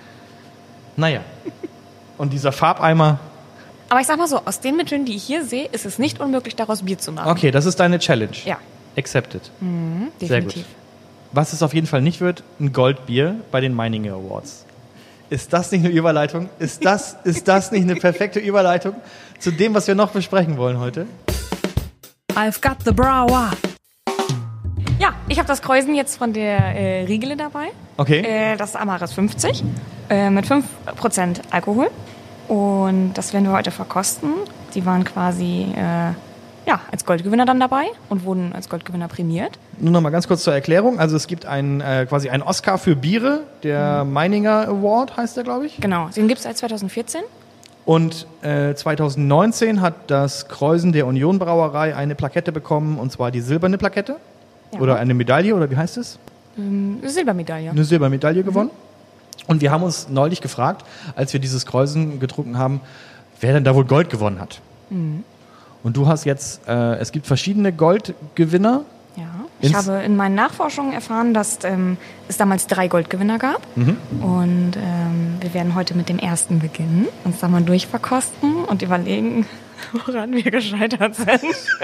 Naja. Und dieser Farbeimer. Aber ich sag mal so, aus den Mitteln, die ich hier sehe, ist es nicht unmöglich, daraus Bier zu machen. Okay, das ist deine Challenge. Ja. Accepted. Mhm, definitiv. Sehr gut. Was es auf jeden Fall nicht wird, ein Goldbier bei den Meininger Awards. Ist das nicht eine Überleitung? Ist das, ist das nicht eine perfekte Überleitung zu dem, was wir noch besprechen wollen heute? I've got the Brauer. Ja, ich habe das Kreuzen jetzt von der äh, Riegele dabei. Okay. Äh, das ist Amaris fünfzig äh, mit fünf Prozent Alkohol. Und das werden wir heute verkosten. Die waren quasi äh, ja, als Goldgewinner dann dabei und wurden als Goldgewinner prämiert. Nur noch mal ganz kurz zur Erklärung. Also es gibt einen, äh, quasi einen Oscar für Biere, der mhm. Meininger Award heißt der, glaube ich. Genau, den gibt es seit zweitausendvierzehn. Und äh, zweitausendneunzehn hat das Kreuzen der Union Brauerei eine Plakette bekommen, und zwar die silberne Plakette. Ja. Oder eine Medaille, oder wie heißt es? Ähm, Silbermedaille. Eine Silbermedaille mhm. gewonnen. Und wir haben uns neulich gefragt, als wir dieses Kreuzen getrunken haben, wer denn da wohl Gold gewonnen hat. Mhm. Und du hast jetzt, äh, es gibt verschiedene Goldgewinner. Ja, ich habe in meinen Nachforschungen erfahren, dass ähm, es damals drei Goldgewinner gab. Mhm. Und ähm, wir werden heute mit dem ersten beginnen, uns da mal durchverkosten und überlegen, woran wir gescheitert sind.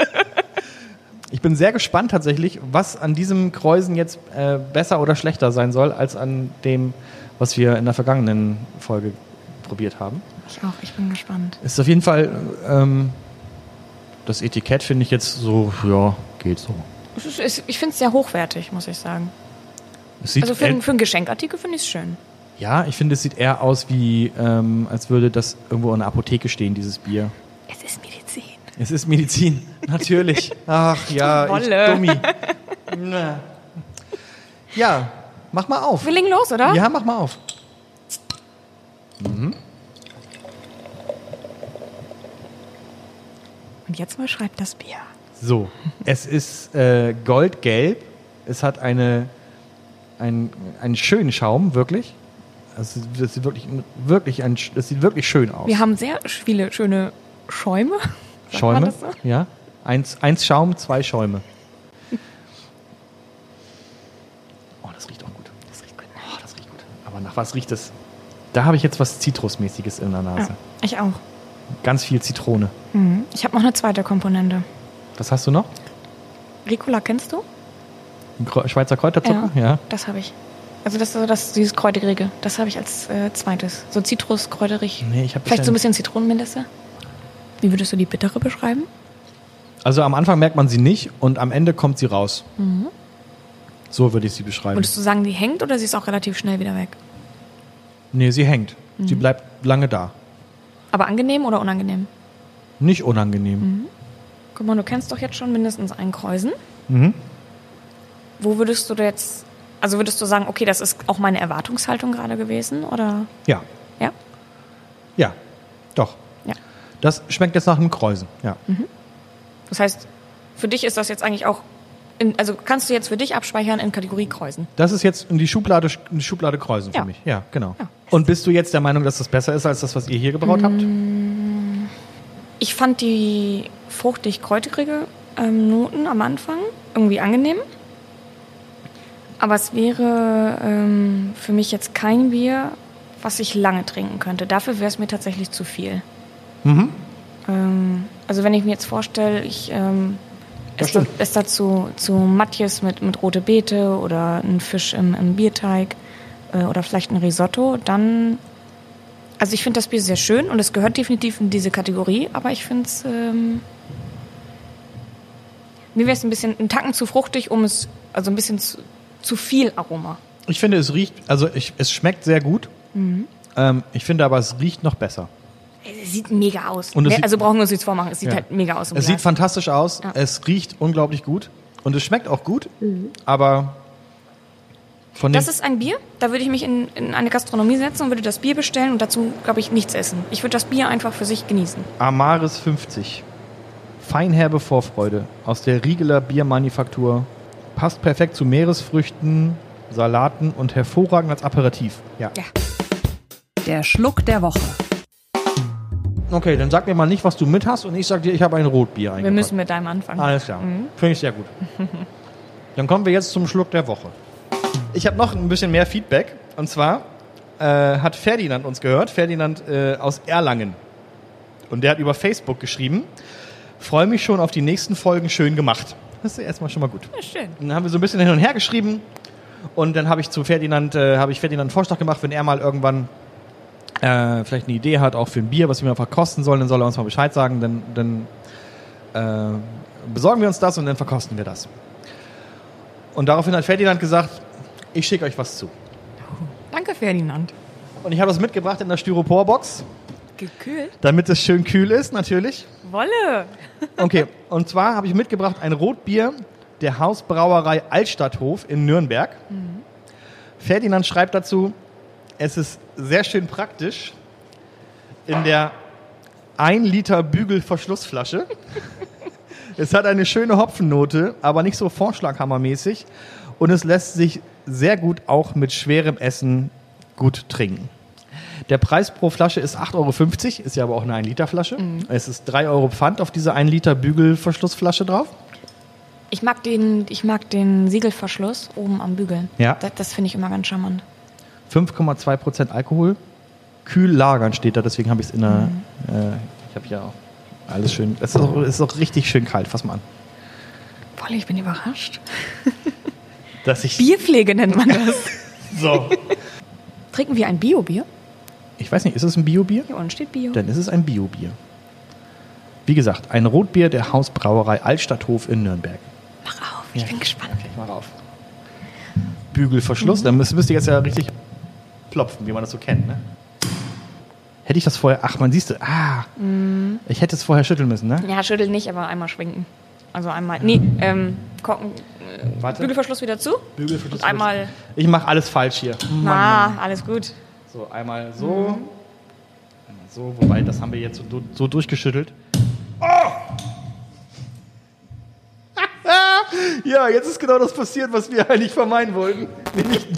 Ich bin sehr gespannt tatsächlich, was an diesem Kreuzen jetzt äh, besser oder schlechter sein soll, als an dem, was wir in der vergangenen Folge probiert haben. Ich auch, ich bin gespannt. Ist auf jeden Fall... Ähm, Das Etikett finde ich jetzt so, ja, geht so. Es ist, ich finde es sehr hochwertig, muss ich sagen. Es sieht also für, ein, für einen Geschenkartikel finde ich es schön. Ja, ich finde, es sieht eher aus wie, ähm, als würde das irgendwo in der Apotheke stehen, dieses Bier. Es ist Medizin. Es ist Medizin, natürlich. Ach ja, ich Dummi. Ja, mach mal auf. Wir legen los, oder? Ja, mach mal auf. Mhm. Und jetzt mal schreibt das Bier. So, es ist äh, goldgelb. Es hat eine, ein, einen schönen Schaum, wirklich. Also, das sieht wirklich, wirklich, ein, das sieht wirklich schön aus. Wir haben sehr viele schöne Schäume. Sagt Schäume, man das so? Ja. Eins, eins Schaum, zwei Schäume. Oh, das riecht auch gut. Das riecht gut. Oh, das riecht gut. Aber nach was riecht es? Da habe ich jetzt was Zitrusmäßiges in der Nase. Ja, ich auch. Ganz viel Zitrone. Mhm. Ich habe noch eine zweite Komponente. Was hast du noch? Ricola kennst du? Schweizer Kräuterzucker? Ja. ja. Das habe ich. Also das ist das, dieses Kräuterige. Das habe ich als äh, zweites. So Zitrus, kräuterig. Nee, ich habe Vielleicht so ein bisschen Zitronenmelisse. Wie würdest du die bittere beschreiben? Also am Anfang merkt man sie nicht und am Ende kommt sie raus. Mhm. So würde ich sie beschreiben. Würdest du sagen, die hängt oder sie ist auch relativ schnell wieder weg? Nee, sie hängt. Mhm. Sie bleibt lange da. Aber angenehm oder unangenehm? Nicht unangenehm. Mhm. Guck mal, du kennst doch jetzt schon mindestens einen Kräusen. Mhm. Wo würdest du jetzt, also würdest du sagen, okay, das ist auch meine Erwartungshaltung gerade gewesen, oder? Ja. Ja? Ja, doch. Ja. Das schmeckt jetzt nach einem Kräusen, ja. Mhm. Das heißt, für dich ist das jetzt eigentlich auch, in, also kannst du jetzt für dich abspeichern in Kategorie Kräusen? Das ist jetzt in die Schublade, in die Schublade Kräusen für Ja. mich. Ja, genau. Ja. Und bist du jetzt der Meinung, dass das besser ist als das, was ihr hier gebraut habt? Ich fand die fruchtig-kräuterige ähm, Noten am Anfang irgendwie angenehm. Aber es wäre ähm, für mich jetzt kein Bier, was ich lange trinken könnte. Dafür wäre es mir tatsächlich zu viel. Mhm. Ähm, also wenn ich mir jetzt vorstelle, ich ähm, Das esse, stimmt. esse dazu zu Matjes mit, mit rote Beete oder einen Fisch im, im Bierteig äh, oder vielleicht ein Risotto, dann... Also ich finde das Bier sehr schön und es gehört definitiv in diese Kategorie, aber ich finde es... Ähm, mir wäre es ein bisschen, ein Tacken zu fruchtig, um es... Also ein bisschen zu, zu viel Aroma. Ich finde, es riecht, also ich, es schmeckt sehr gut. Mhm. Ähm, ich finde aber, es riecht noch besser. Es sieht mega aus. Und es Mehr, sieht- also brauchen wir uns nichts vormachen. Es sieht Ja. halt mega aus im Es Glas. sieht fantastisch aus, Ja. es riecht unglaublich gut und es schmeckt auch gut, aber von dem Das ist ein Bier, da würde ich mich in, in eine Gastronomie setzen und würde das Bier bestellen und dazu, glaube ich, nichts essen. Ich würde das Bier einfach für sich genießen. Amaris fünfzig. Feinherbe Vorfreude aus der Riegeler Biermanufaktur. Passt perfekt zu Meeresfrüchten, Salaten und hervorragend als Aperitif. Ja. Ja. Der Schluck der Woche. Okay, dann sag mir mal nicht, was du mit hast und ich sag dir, ich habe ein Rotbier eingepackt. Wir müssen mit deinem anfangen. Alles klar. Finde ich sehr gut. Dann kommen wir jetzt zum Schluck der Woche. Ich habe noch ein bisschen mehr Feedback. Und zwar äh, hat Ferdinand uns gehört. Ferdinand äh, aus Erlangen. Und der hat über Facebook geschrieben, freue mich schon auf die nächsten Folgen, schön gemacht. Das ist ja erstmal schon mal gut. Ja, schön. Dann haben wir so ein bisschen hin und her geschrieben. Und dann habe ich zu Ferdinand, äh, habe ich Ferdinand einen Vorschlag gemacht, wenn er mal irgendwann äh, vielleicht eine Idee hat, auch für ein Bier, was wir mal verkosten sollen, dann soll er uns mal Bescheid sagen. Dann, dann äh, besorgen wir uns das und dann verkosten wir das. Und daraufhin hat Ferdinand gesagt, ich schicke euch was zu. Danke, Ferdinand. Und ich habe das mitgebracht in der Styroporbox, Gekühlt? damit es schön kühl ist, natürlich. Wolle. Okay, und zwar habe ich mitgebracht ein Rotbier der Hausbrauerei Altstadthof in Nürnberg. Mhm. Ferdinand schreibt dazu, es ist sehr schön praktisch in der ein Liter Bügelverschlussflasche. Es hat eine schöne Hopfennote, aber nicht so vorschlaghammermäßig. Und es lässt sich sehr gut auch mit schwerem Essen gut trinken. Der Preis pro Flasche ist acht Euro fünfzig, ist ja aber auch eine ein Liter Flasche. Es ist drei Euro Pfand auf diese ein Liter Bügelverschlussflasche drauf. Ich mag den, ich mag den Siegelverschluss oben am Bügel. Ja. Das, das finde ich immer ganz charmant. fünf Komma zwei Prozent Alkohol. Kühl lagern steht da, deswegen habe ich es in der... Äh, ich habe hier auch alles schön... Es ist auch, es ist auch richtig schön kalt, fass mal an. Wolle, ich bin überrascht. Dass ich... Bierpflege nennt man das. So. Trinken wir ein Bio-Bier? Ich weiß nicht, ist es ein Biobier? Hier unten steht Bio. Dann ist es ein Biobier. Wie gesagt, ein Rotbier der Hausbrauerei Altstadthof in Nürnberg. Mach auf, ich Ja. bin gespannt. Okay, ich mach auf. Bügelverschluss, dann müsst, müsst ihr jetzt ja richtig plopfen, wie man das so kennt, ne? Hätte ich das vorher... Ach, man siehst du... Ah, ich hätte es vorher schütteln müssen, ne? Ja, schütteln nicht, aber einmal schwenken. Also einmal... Nee, ähm, Korken, äh, Warte. Bügelverschluss wieder zu. Bügelverschluss. Und einmal... Ich mache alles falsch hier. Na, alles gut. So, einmal so. Einmal so, wobei, das haben wir jetzt so, so durchgeschüttelt. Oh! Ja, jetzt ist genau das passiert, was wir eigentlich vermeiden wollten. Nämlich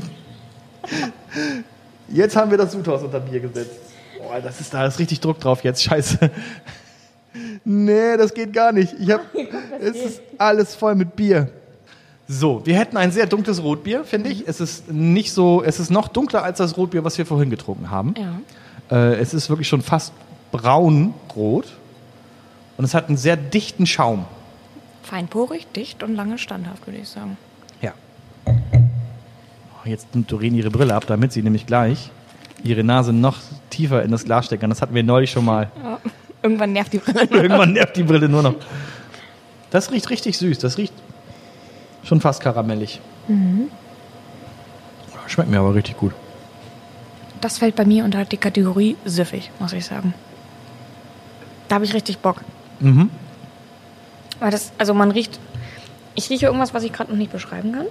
jetzt haben wir das Sudhaus unter Bier gesetzt. Boah, das ist, da ist richtig Druck drauf jetzt. Scheiße. Nee, das geht gar nicht. Ich hab, es ist alles voll mit Bier. So, wir hätten ein sehr dunkles Rotbier, finde ich. Es ist nicht so, es ist noch dunkler als das Rotbier, was wir vorhin getrunken haben. Ja. Äh, es ist wirklich schon fast braunrot und es hat einen sehr dichten Schaum. Feinporig, dicht und lange standhaft, würde ich sagen. Ja. Oh, jetzt nimmt Doreen ihre Brille ab, damit sie nämlich gleich ihre Nase noch tiefer in das Glas steckt. Das hatten wir neulich schon mal. Ja. Irgendwann nervt die Brille nur Irgendwann nervt die Brille nur noch. Das riecht richtig süß. Das riecht schon fast karamellig. Mhm. Schmeckt mir aber richtig gut. Das fällt bei mir unter die Kategorie süffig, muss ich sagen. Da habe ich richtig Bock. Mhm. Weil das, also man riecht, ich rieche irgendwas, was ich gerade noch nicht beschreiben kann.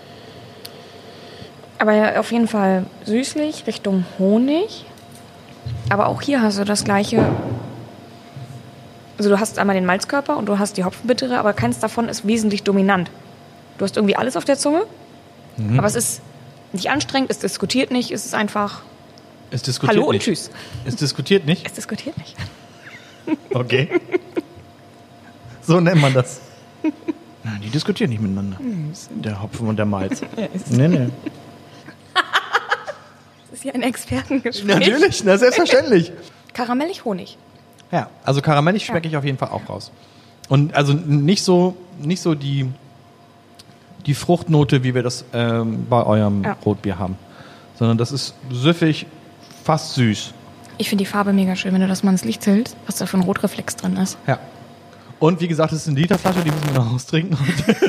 Aber ja, auf jeden Fall süßlich, Richtung Honig. Aber auch hier hast du das gleiche. Also du hast einmal den Malzkörper und du hast die Hopfenbittere, aber keins davon ist wesentlich dominant. Du hast irgendwie alles auf der Zunge, mhm. aber es ist nicht anstrengend, es diskutiert nicht, es ist einfach es diskutiert Hallo nicht. und Tschüss. Es diskutiert nicht? Es diskutiert nicht. Okay. So nennt man das. Nein, die diskutieren nicht miteinander. Der Hopfen und der Malz. Ja, nee, nee. Das ist hier ein Expertengespräch. Natürlich, na, selbstverständlich. Karamellig Honig. Ja, also karamellig schmecke ja. ich auf jeden Fall auch raus. Und also nicht so, nicht so die, die Fruchtnote, wie wir das ähm, bei eurem ja. Rotbier haben. Sondern das ist süffig, fast süß. Ich finde die Farbe mega schön, wenn du das mal ins Licht hältst, was da für ein Rotreflex drin ist. Ja. Und wie gesagt, es ist eine Literflasche, die müssen wir noch austrinken.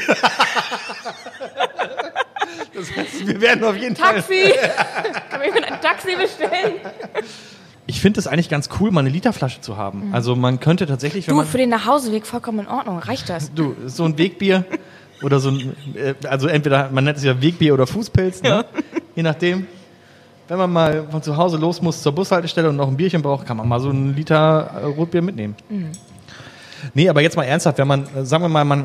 Das heißt, wir werden auf jeden Taxi. Fall... Taxi! Kann ich mir ein Taxi bestellen? Ich finde es eigentlich ganz cool, mal eine Literflasche zu haben. Mhm. Also man könnte tatsächlich... Wenn du, man, für den Nachhauseweg vollkommen in Ordnung. Reicht das? Du, so ein Wegbier oder so ein... Also entweder, man nennt es ja Wegbier oder Fußpilz, ne? Ja. Je nachdem. Wenn man mal von zu Hause los muss zur Bushaltestelle und noch ein Bierchen braucht, kann man mal so einen Liter Rotbier mitnehmen. Mhm. Nee, aber jetzt mal ernsthaft, wenn man, sagen wir mal, man,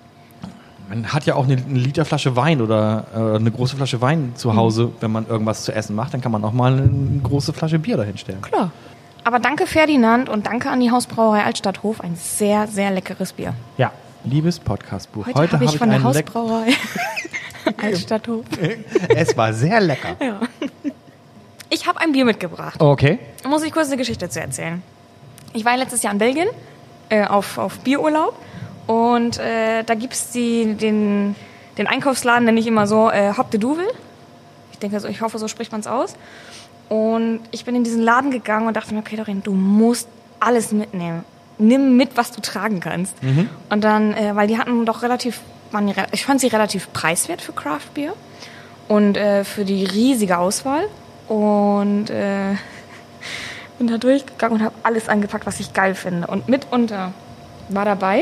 man hat ja auch eine, eine Literflasche Wein oder äh, eine große Flasche Wein zu Hause, mhm. wenn man irgendwas zu essen macht, dann kann man auch mal eine große Flasche Bier dahinstellen. Klar. Aber danke Ferdinand und danke an die Hausbrauerei Altstadthof, ein sehr, sehr leckeres Bier. Ja, liebes Podcastbuch. Heute, Heute habe ich, ich von der Hausbrauerei Altstadthof. Es war sehr lecker. Ja. Ich habe ein Bier mitgebracht. Okay. Da muss ich kurz eine Geschichte zu erzählen. Ich war letztes Jahr in Belgien äh, auf, auf Bierurlaub und äh, da gibt es den, den Einkaufsladen, nenne ich immer so, äh, Hop de Douvel. Ich denke, also, ich hoffe, so spricht man es aus. Und ich bin in diesen Laden gegangen und dachte mir, okay, Doreen, du musst alles mitnehmen. Nimm mit, was du tragen kannst. Mhm. Und dann, äh, weil die hatten doch relativ, waren die, ich fand sie relativ preiswert für Craft Beer und äh, für die riesige Auswahl. Und äh, bin da durchgegangen und habe alles angepackt, was ich geil finde. Und mitunter war dabei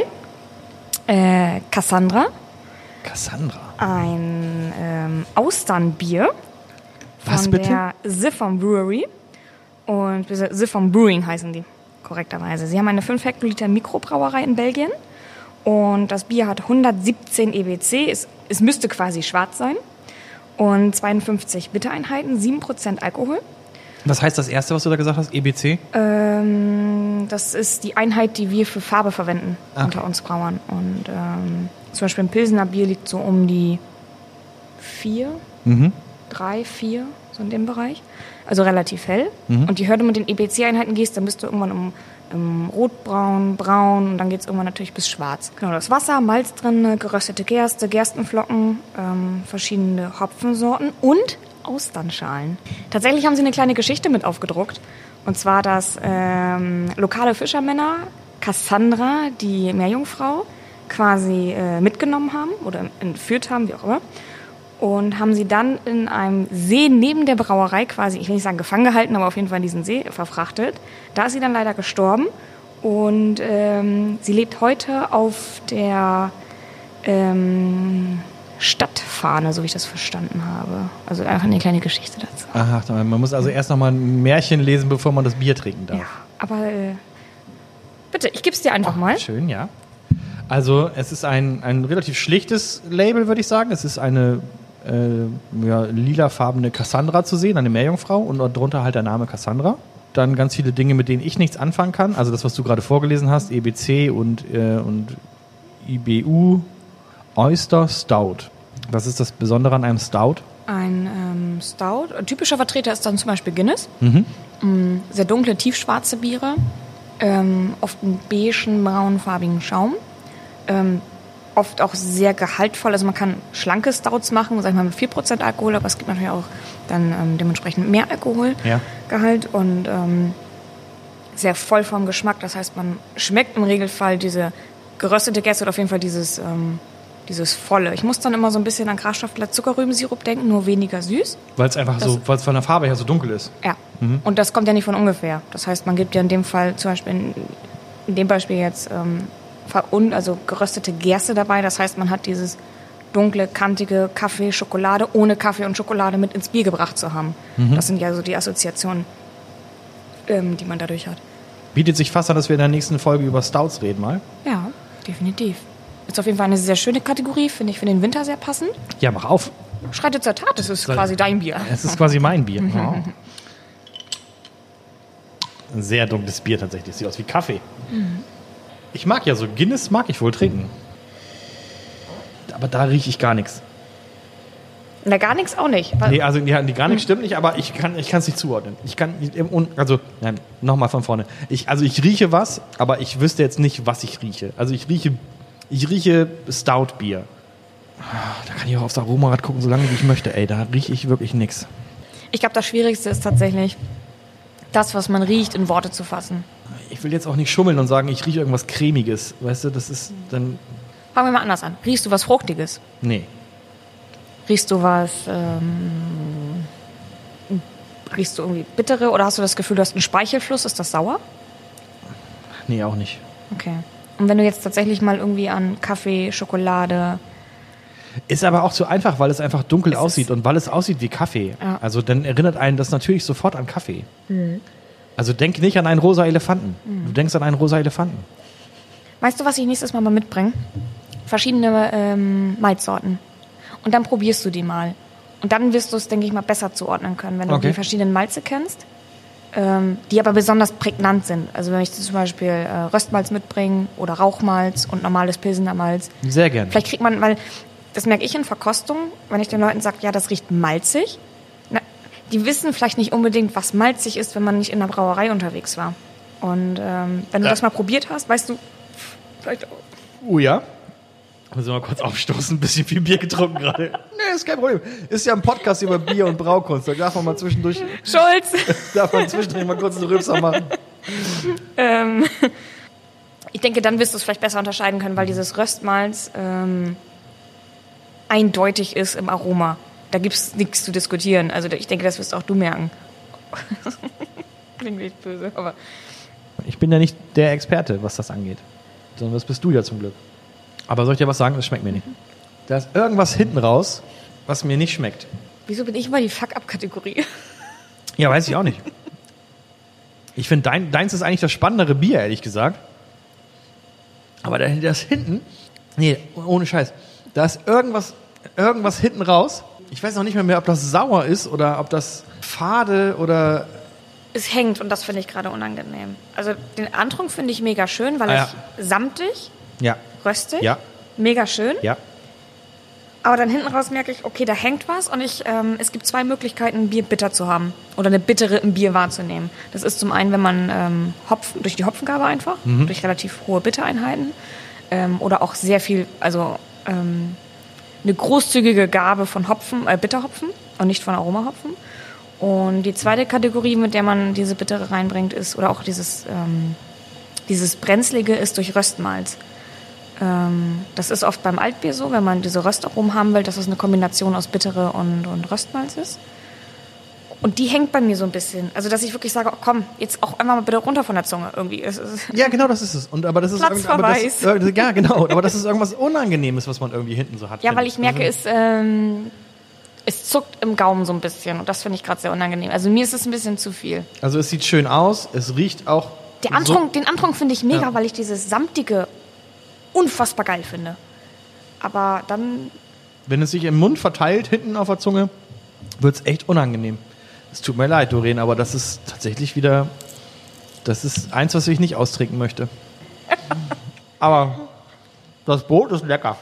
äh, Cassandra. Cassandra? Ein ähm, Austernbier von was bitte? der Siphon Brewery. Und Siphon Brewing heißen die, korrekterweise. Sie haben eine fünf Hektoliter Mikrobrauerei in Belgien. Und das Bier hat hundertsiebzehn E B C. Es, es müsste quasi schwarz sein. Und zweiundfünfzig Bittereinheiten, sieben Prozent Alkohol. Was heißt das erste, was du da gesagt hast? E B C? Ähm, das ist die Einheit, die wir für Farbe verwenden okay. unter uns Brauern. Und ähm, zum Beispiel ein Pilsener Bier liegt so um die vier, mhm. drei, vier, so in dem Bereich. Also relativ hell. Mhm. Und je höher du mit den E B C-Einheiten gehst, dann bist du irgendwann um, um rotbraun, braun und dann geht es irgendwann natürlich bis schwarz. Genau, das Wasser, Malz drin, geröstete Gerste, Gerstenflocken, ähm, verschiedene Hopfensorten und Austernschalen. Tatsächlich haben sie eine kleine Geschichte mit aufgedruckt. Und zwar, dass ähm, lokale Fischermänner Cassandra, die Meerjungfrau, quasi äh, mitgenommen haben oder entführt haben, wie auch immer. Und haben sie dann in einem See neben der Brauerei quasi, ich will nicht sagen gefangen gehalten, aber auf jeden Fall in diesen See verfrachtet. Da ist sie dann leider gestorben. Und ähm, sie lebt heute auf der ähm, Stadtfahne, so wie ich das verstanden habe. Also einfach eine kleine Geschichte dazu. Ach, man muss also erst noch mal ein Märchen lesen, bevor man das Bier trinken darf. Ja, aber äh, bitte, ich gebe es dir einfach Ach, mal. Schön, ja. Also es ist ein, ein relativ schlichtes Label, würde ich sagen. Es ist eine äh, ja, lilafarbene Cassandra zu sehen, eine Meerjungfrau und darunter halt der Name Cassandra. Dann ganz viele Dinge, mit denen ich nichts anfangen kann. Also das, was du gerade vorgelesen hast, E B C und, äh, und I B U, Oyster Stout. Was ist das Besondere an einem Stout? Ein ähm, Stout. Ein typischer Vertreter ist dann zum Beispiel Guinness. Mhm. Mm, sehr dunkle, tiefschwarze Biere. Ähm, oft einen beigen, braunfarbigen Schaum. Ähm, oft auch sehr gehaltvoll. Also man kann schlanke Stouts machen, sag ich mal mit vier Prozent Alkohol, aber es gibt natürlich auch dann ähm, dementsprechend mehr Alkoholgehalt Ja. und ähm, sehr voll vom Geschmack. Das heißt, man schmeckt im Regelfall diese geröstete Gerste oder auf jeden Fall dieses, ähm, dieses volle. Ich muss dann immer so ein bisschen an Grasstoffler Zuckerrübensirup denken, nur weniger süß. Weil es einfach Das- so, weil es von der Farbe her so dunkel ist. Ja, und das kommt ja nicht von ungefähr. Das heißt, man gibt ja in dem Fall zum Beispiel, in, in dem Beispiel jetzt ähm, verun- also geröstete Gerste dabei. Das heißt, man hat dieses dunkle, kantige Kaffee, Schokolade, ohne Kaffee und Schokolade mit ins Bier gebracht zu haben. Das sind ja so die Assoziationen, ähm, die man dadurch hat. Bietet sich fast an, dass wir in der nächsten Folge über Stouts reden mal. Ja, definitiv. Ist auf jeden Fall eine sehr schöne Kategorie, finde ich für den Winter sehr passend. Ja, mach auf. Schreitet zur Tat, das ist Soll- quasi dein Bier. Es ist quasi mein Bier. Wow. Ein sehr dunkles Bier tatsächlich. Sieht aus wie Kaffee. Ich mag ja so Guinness, mag ich wohl trinken. Aber da rieche ich gar nichts. Na, gar nichts auch nicht. Weil- Nee, also die, die gar nichts stimmt nicht, aber ich kann ich es nicht zuordnen. Ich kann also nein, nochmal von vorne. Ich also ich rieche was, aber ich wüsste jetzt nicht, was ich rieche. Also ich rieche ich rieche Stout Bier. Da kann ich auch aufs Aromarad gucken, solange wie ich möchte. Ey, da rieche ich wirklich nichts. Ich glaube, das Schwierigste ist tatsächlich, das, was man riecht, in Worte zu fassen. Ich will jetzt auch nicht schummeln und sagen, ich rieche irgendwas Cremiges. Weißt du, das ist dann Fangen wir mal anders an. Riechst du was Fruchtiges? nee. Riechst du was, ähm, riechst du irgendwie bittere oder hast du das Gefühl, du hast einen Speichelfluss? Ist das sauer? Nee, auch nicht. Okay. Und wenn du jetzt tatsächlich mal irgendwie an Kaffee, Schokolade, Ist aber auch zu einfach, weil es einfach dunkel Es aussieht ist- und weil es aussieht wie Kaffee. Ja. Also dann erinnert einen das natürlich sofort an Kaffee. Mhm. Also denk nicht an einen rosa Elefanten. Du denkst an einen rosa Elefanten. weißt du, was ich nächstes Mal mal mitbringe? Verschiedene ähm, Malzsorten. Und dann probierst du die mal. Und dann wirst du es, denke ich mal, besser zuordnen können, wenn du Okay. die verschiedenen Malze kennst, ähm, die aber besonders prägnant sind. Also wenn ich zum Beispiel äh, Röstmalz mitbringe oder Rauchmalz und normales Pilsener Malz. Sehr gerne. Vielleicht kriegt man, weil das merke ich in Verkostungen, wenn ich den Leuten sage, ja, das riecht malzig. Na, die wissen vielleicht nicht unbedingt, was malzig ist, wenn man nicht in der Brauerei unterwegs war. Und ähm, wenn du Ja. das mal probiert hast, weißt du, vielleicht auch. Oh ja. Müssen wir mal kurz aufstoßen. Ein bisschen viel Bier getrunken gerade. Nee, ist kein Problem. Ist ja ein Podcast über Bier und Braukunst. Da darf man mal zwischendurch, Schulz! darf man zwischendurch mal kurz einen Rülpser machen. ähm, ich denke, dann wirst du es vielleicht besser unterscheiden können, weil dieses Röstmalz ähm, eindeutig ist im Aroma. Da gibt es nichts zu diskutieren. Also ich denke, das wirst auch du merken. Klingt nicht böse, aber Ich bin ja nicht der Experte, was das angeht. Sondern das bist du ja zum Glück. Aber soll ich dir was sagen? Das schmeckt mir nicht. Da ist irgendwas hinten raus, was mir nicht schmeckt. wieso bin ich immer die Fuck-Up-Kategorie? Ja, weiß ich auch nicht. Ich finde, dein, deins ist eigentlich das spannendere Bier, ehrlich gesagt. Aber da- das hinten, nee, ohne Scheiß, da ist irgendwas, irgendwas hinten raus. Ich weiß noch nicht mehr, mehr, ob das sauer ist oder ob das fade oder... Es hängt und das finde ich gerade unangenehm. Also den Antrunk finde ich mega schön, weil Ah, ja. ich samtig, Ja, röstig, ja, mega schön. ja. Aber dann hinten raus merke ich, okay, da hängt was und ich, ähm, es gibt zwei Möglichkeiten, ein Bier bitter zu haben oder eine bittere im Bier wahrzunehmen. Das ist zum einen, wenn man ähm, Hopfen, durch die Hopfengabe einfach, durch relativ hohe Bittereinheiten ähm, oder auch sehr viel, also ähm, eine großzügige Gabe von Hopfen, äh, Bitterhopfen und nicht von Aromahopfen. Und die zweite Kategorie, mit der man diese Bittere reinbringt, ist, oder auch dieses, ähm, dieses Brenzlige, ist durch Röstmalz. Ähm, das ist oft beim Altbier so, wenn man diese Röstaromen haben will, dass es eine Kombination aus Bittere und, und Röstmalz ist. Und die hängt bei mir so ein bisschen. Also, dass ich wirklich sage, oh, komm, jetzt auch einmal mal bitte runter von der Zunge irgendwie. Es ist Ja, genau, das ist es. Und, aber das ist irgend- aber das, Platzverweis. äh, ja, genau. Aber das ist irgendwas Unangenehmes, was man irgendwie hinten so hat. ja, finde weil ich merke, es, ähm, es zuckt im Gaumen so ein bisschen. Und das finde ich gerade sehr unangenehm. Also, mir ist es ein bisschen zu viel. Also es sieht schön aus, es riecht auch... Der Antrunk, so, den Antrunk finde ich mega, Ja. weil ich dieses Samtige unfassbar geil finde. Aber dann, wenn es sich im Mund verteilt, hinten auf der Zunge, wird es echt unangenehm. Es tut mir leid, Doreen, aber das ist tatsächlich wieder... Das ist eins, was ich nicht austrinken möchte. Aber das Brot ist lecker.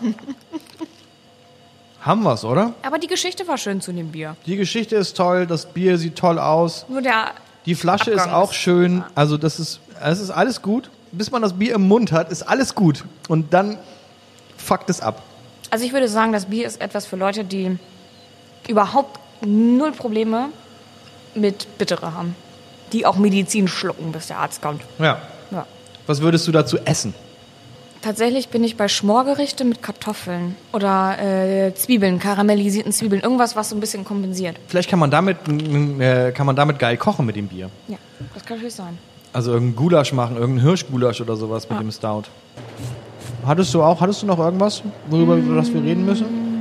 Haben wir's, oder? aber die Geschichte war schön zu dem Bier. Die Geschichte ist toll, das Bier sieht toll aus. Nur der, Die Flasche Abgang ist auch ist- schön. Also das ist, es ist alles gut. Bis man das Bier im Mund hat, ist alles gut. Und dann fuckt es ab? Also ich würde sagen, das Bier ist etwas für Leute, die überhaupt null Probleme mit Bittere haben. Die auch Medizin schlucken, bis der Arzt kommt. Ja. Ja. Was würdest du dazu essen? Tatsächlich bin ich bei Schmorgerichte mit Kartoffeln oder äh, Zwiebeln, karamellisierten Zwiebeln. Irgendwas, was so ein bisschen kompensiert. Vielleicht kann man damit, äh, kann man damit geil kochen mit dem Bier. Ja, das kann natürlich sein. Also irgendein Gulasch machen, irgendein Hirschgulasch oder sowas mit Ah. dem Stout. Hattest du auch, hattest du noch irgendwas, worüber über das wir reden müssen?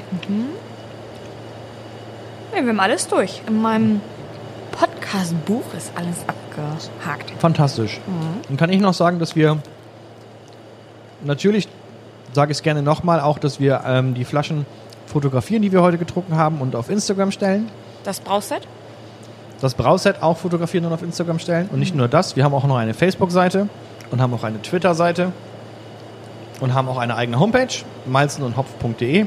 Ja, wir haben alles durch. In meinem Podcast-Buch ist alles abgehakt. Fantastisch. Dann kann ich noch sagen, dass wir natürlich, sage ich es gerne nochmal, auch, dass wir ähm, die Flaschen fotografieren, die wir heute getrunken haben und auf Instagram stellen. Das Brauset? Das Brauset auch fotografieren und auf Instagram stellen. Und nicht nur das, wir haben auch noch eine Facebook-Seite und haben auch eine Twitter-Seite und haben auch eine eigene Homepage, malzen und hopf punkt de.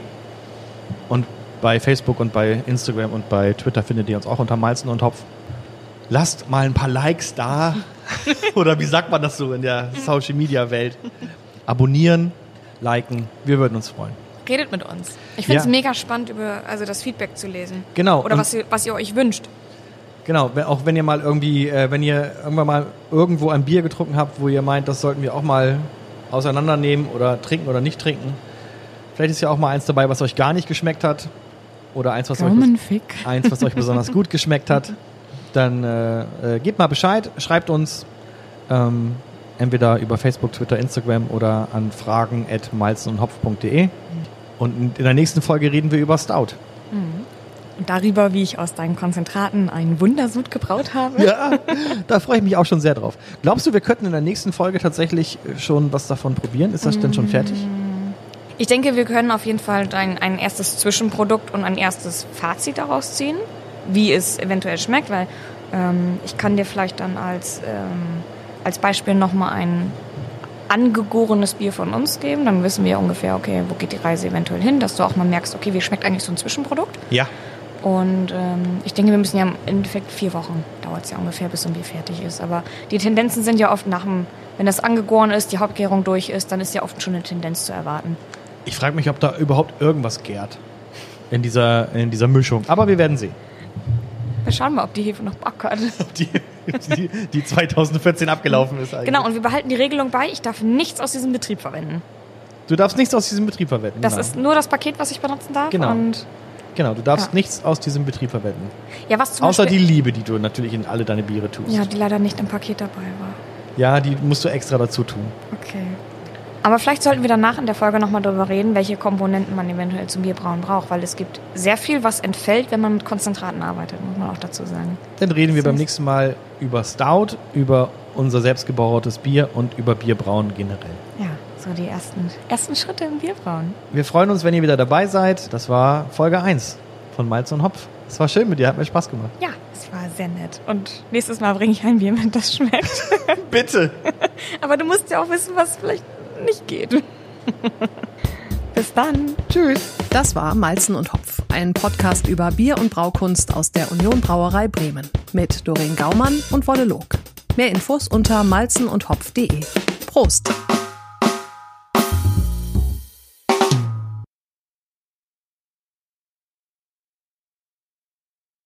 Und bei Facebook und bei Instagram und bei Twitter findet ihr uns auch unter Malzen und Hopf. Lasst mal ein paar Likes da. Oder wie sagt man das so in der Social-Media-Welt? Abonnieren, liken, wir würden uns freuen. Redet mit uns. Ich finde es Ja. mega spannend, über also das Feedback zu lesen. Genau. Oder Und- was ihr, was ihr euch wünscht. Genau, wenn- auch wenn ihr mal irgendwie, äh, wenn ihr irgendwann mal irgendwo ein Bier getrunken habt, wo ihr meint, das sollten wir auch mal auseinandernehmen oder trinken oder nicht trinken. Vielleicht ist ja auch mal eins dabei, was euch gar nicht geschmeckt hat. Oder eins, was, euch, Gaumenfick. eins, was euch besonders gut geschmeckt hat. Dann äh, äh, gebt mal Bescheid, schreibt uns ähm, entweder über Facebook, Twitter, Instagram oder an fragen at malzen und hopf punkt de. Und in der nächsten Folge reden wir über Stout. Und darüber, wie ich aus deinen Konzentraten einen Wundersud gebraut habe. Ja, da freue ich mich auch schon sehr drauf. Glaubst du, wir könnten in der nächsten Folge tatsächlich schon was davon probieren? Ist das denn schon fertig? Ich denke, wir können auf jeden Fall ein, ein erstes Zwischenprodukt und ein erstes Fazit daraus ziehen, wie es eventuell schmeckt, weil ähm, ich kann dir vielleicht dann als, ähm, als Beispiel nochmal ein angegorenes Bier von uns geben. Dann wissen wir ungefähr, okay, wo geht die Reise eventuell hin, dass du auch mal merkst, okay, wie schmeckt eigentlich so ein Zwischenprodukt. Ja. Und ähm, ich denke, wir müssen ja im Endeffekt vier Wochen, dauert es ja ungefähr, bis so ein Bier fertig ist. Aber die Tendenzen sind ja oft nach dem, wenn das angegoren ist, die Hauptgärung durch ist, dann ist ja oft schon eine Tendenz zu erwarten. Ich frage mich, ob da überhaupt irgendwas gärt in dieser, in dieser Mischung. Aber wir werden sehen. Wir schauen mal, ob die Hefe noch Bock hat. Die, die, die zwanzig vierzehn abgelaufen ist eigentlich. Genau, und wir behalten die Regelung bei, ich darf nichts aus diesem Betrieb verwenden. Du darfst nichts aus diesem Betrieb verwenden. Das genau. ist nur das Paket, was ich benutzen darf. Genau. Und Genau, du darfst Ja. nichts aus diesem Betrieb verwenden. ja, was zum Außer die Beispiel, Liebe, die du natürlich in alle deine Biere tust. ja, die leider nicht im Paket dabei war. Ja, die musst du extra dazu tun. Okay. Aber vielleicht sollten wir danach in der Folge nochmal darüber reden, welche Komponenten man eventuell zum Bierbrauen braucht, weil es gibt sehr viel, was entfällt, wenn man mit Konzentraten arbeitet, muss man auch dazu sagen. Dann reden wir Das beim heißt- nächsten Mal über Stout, über unser selbstgebrautes Bier und über Bierbrauen generell. Ja, so die ersten, ersten Schritte im Bierbrauen. Wir freuen uns, wenn ihr wieder dabei seid. Das war Folge eins von Malz und Hopf. Es war schön mit dir, hat mir Spaß gemacht. Ja, es war sehr nett. Und nächstes Mal bringe ich ein Bier mit, das schmeckt. Bitte! Aber du musst ja auch wissen, was vielleicht nicht geht. Bis dann. Tschüss! Das war Malzen und Hopf, ein Podcast über Bier- und Braukunst aus der Union Brauerei Bremen mit Doreen Gaumann und Wolle Log. Mehr Infos unter malzen und hopf punkt de. Prost!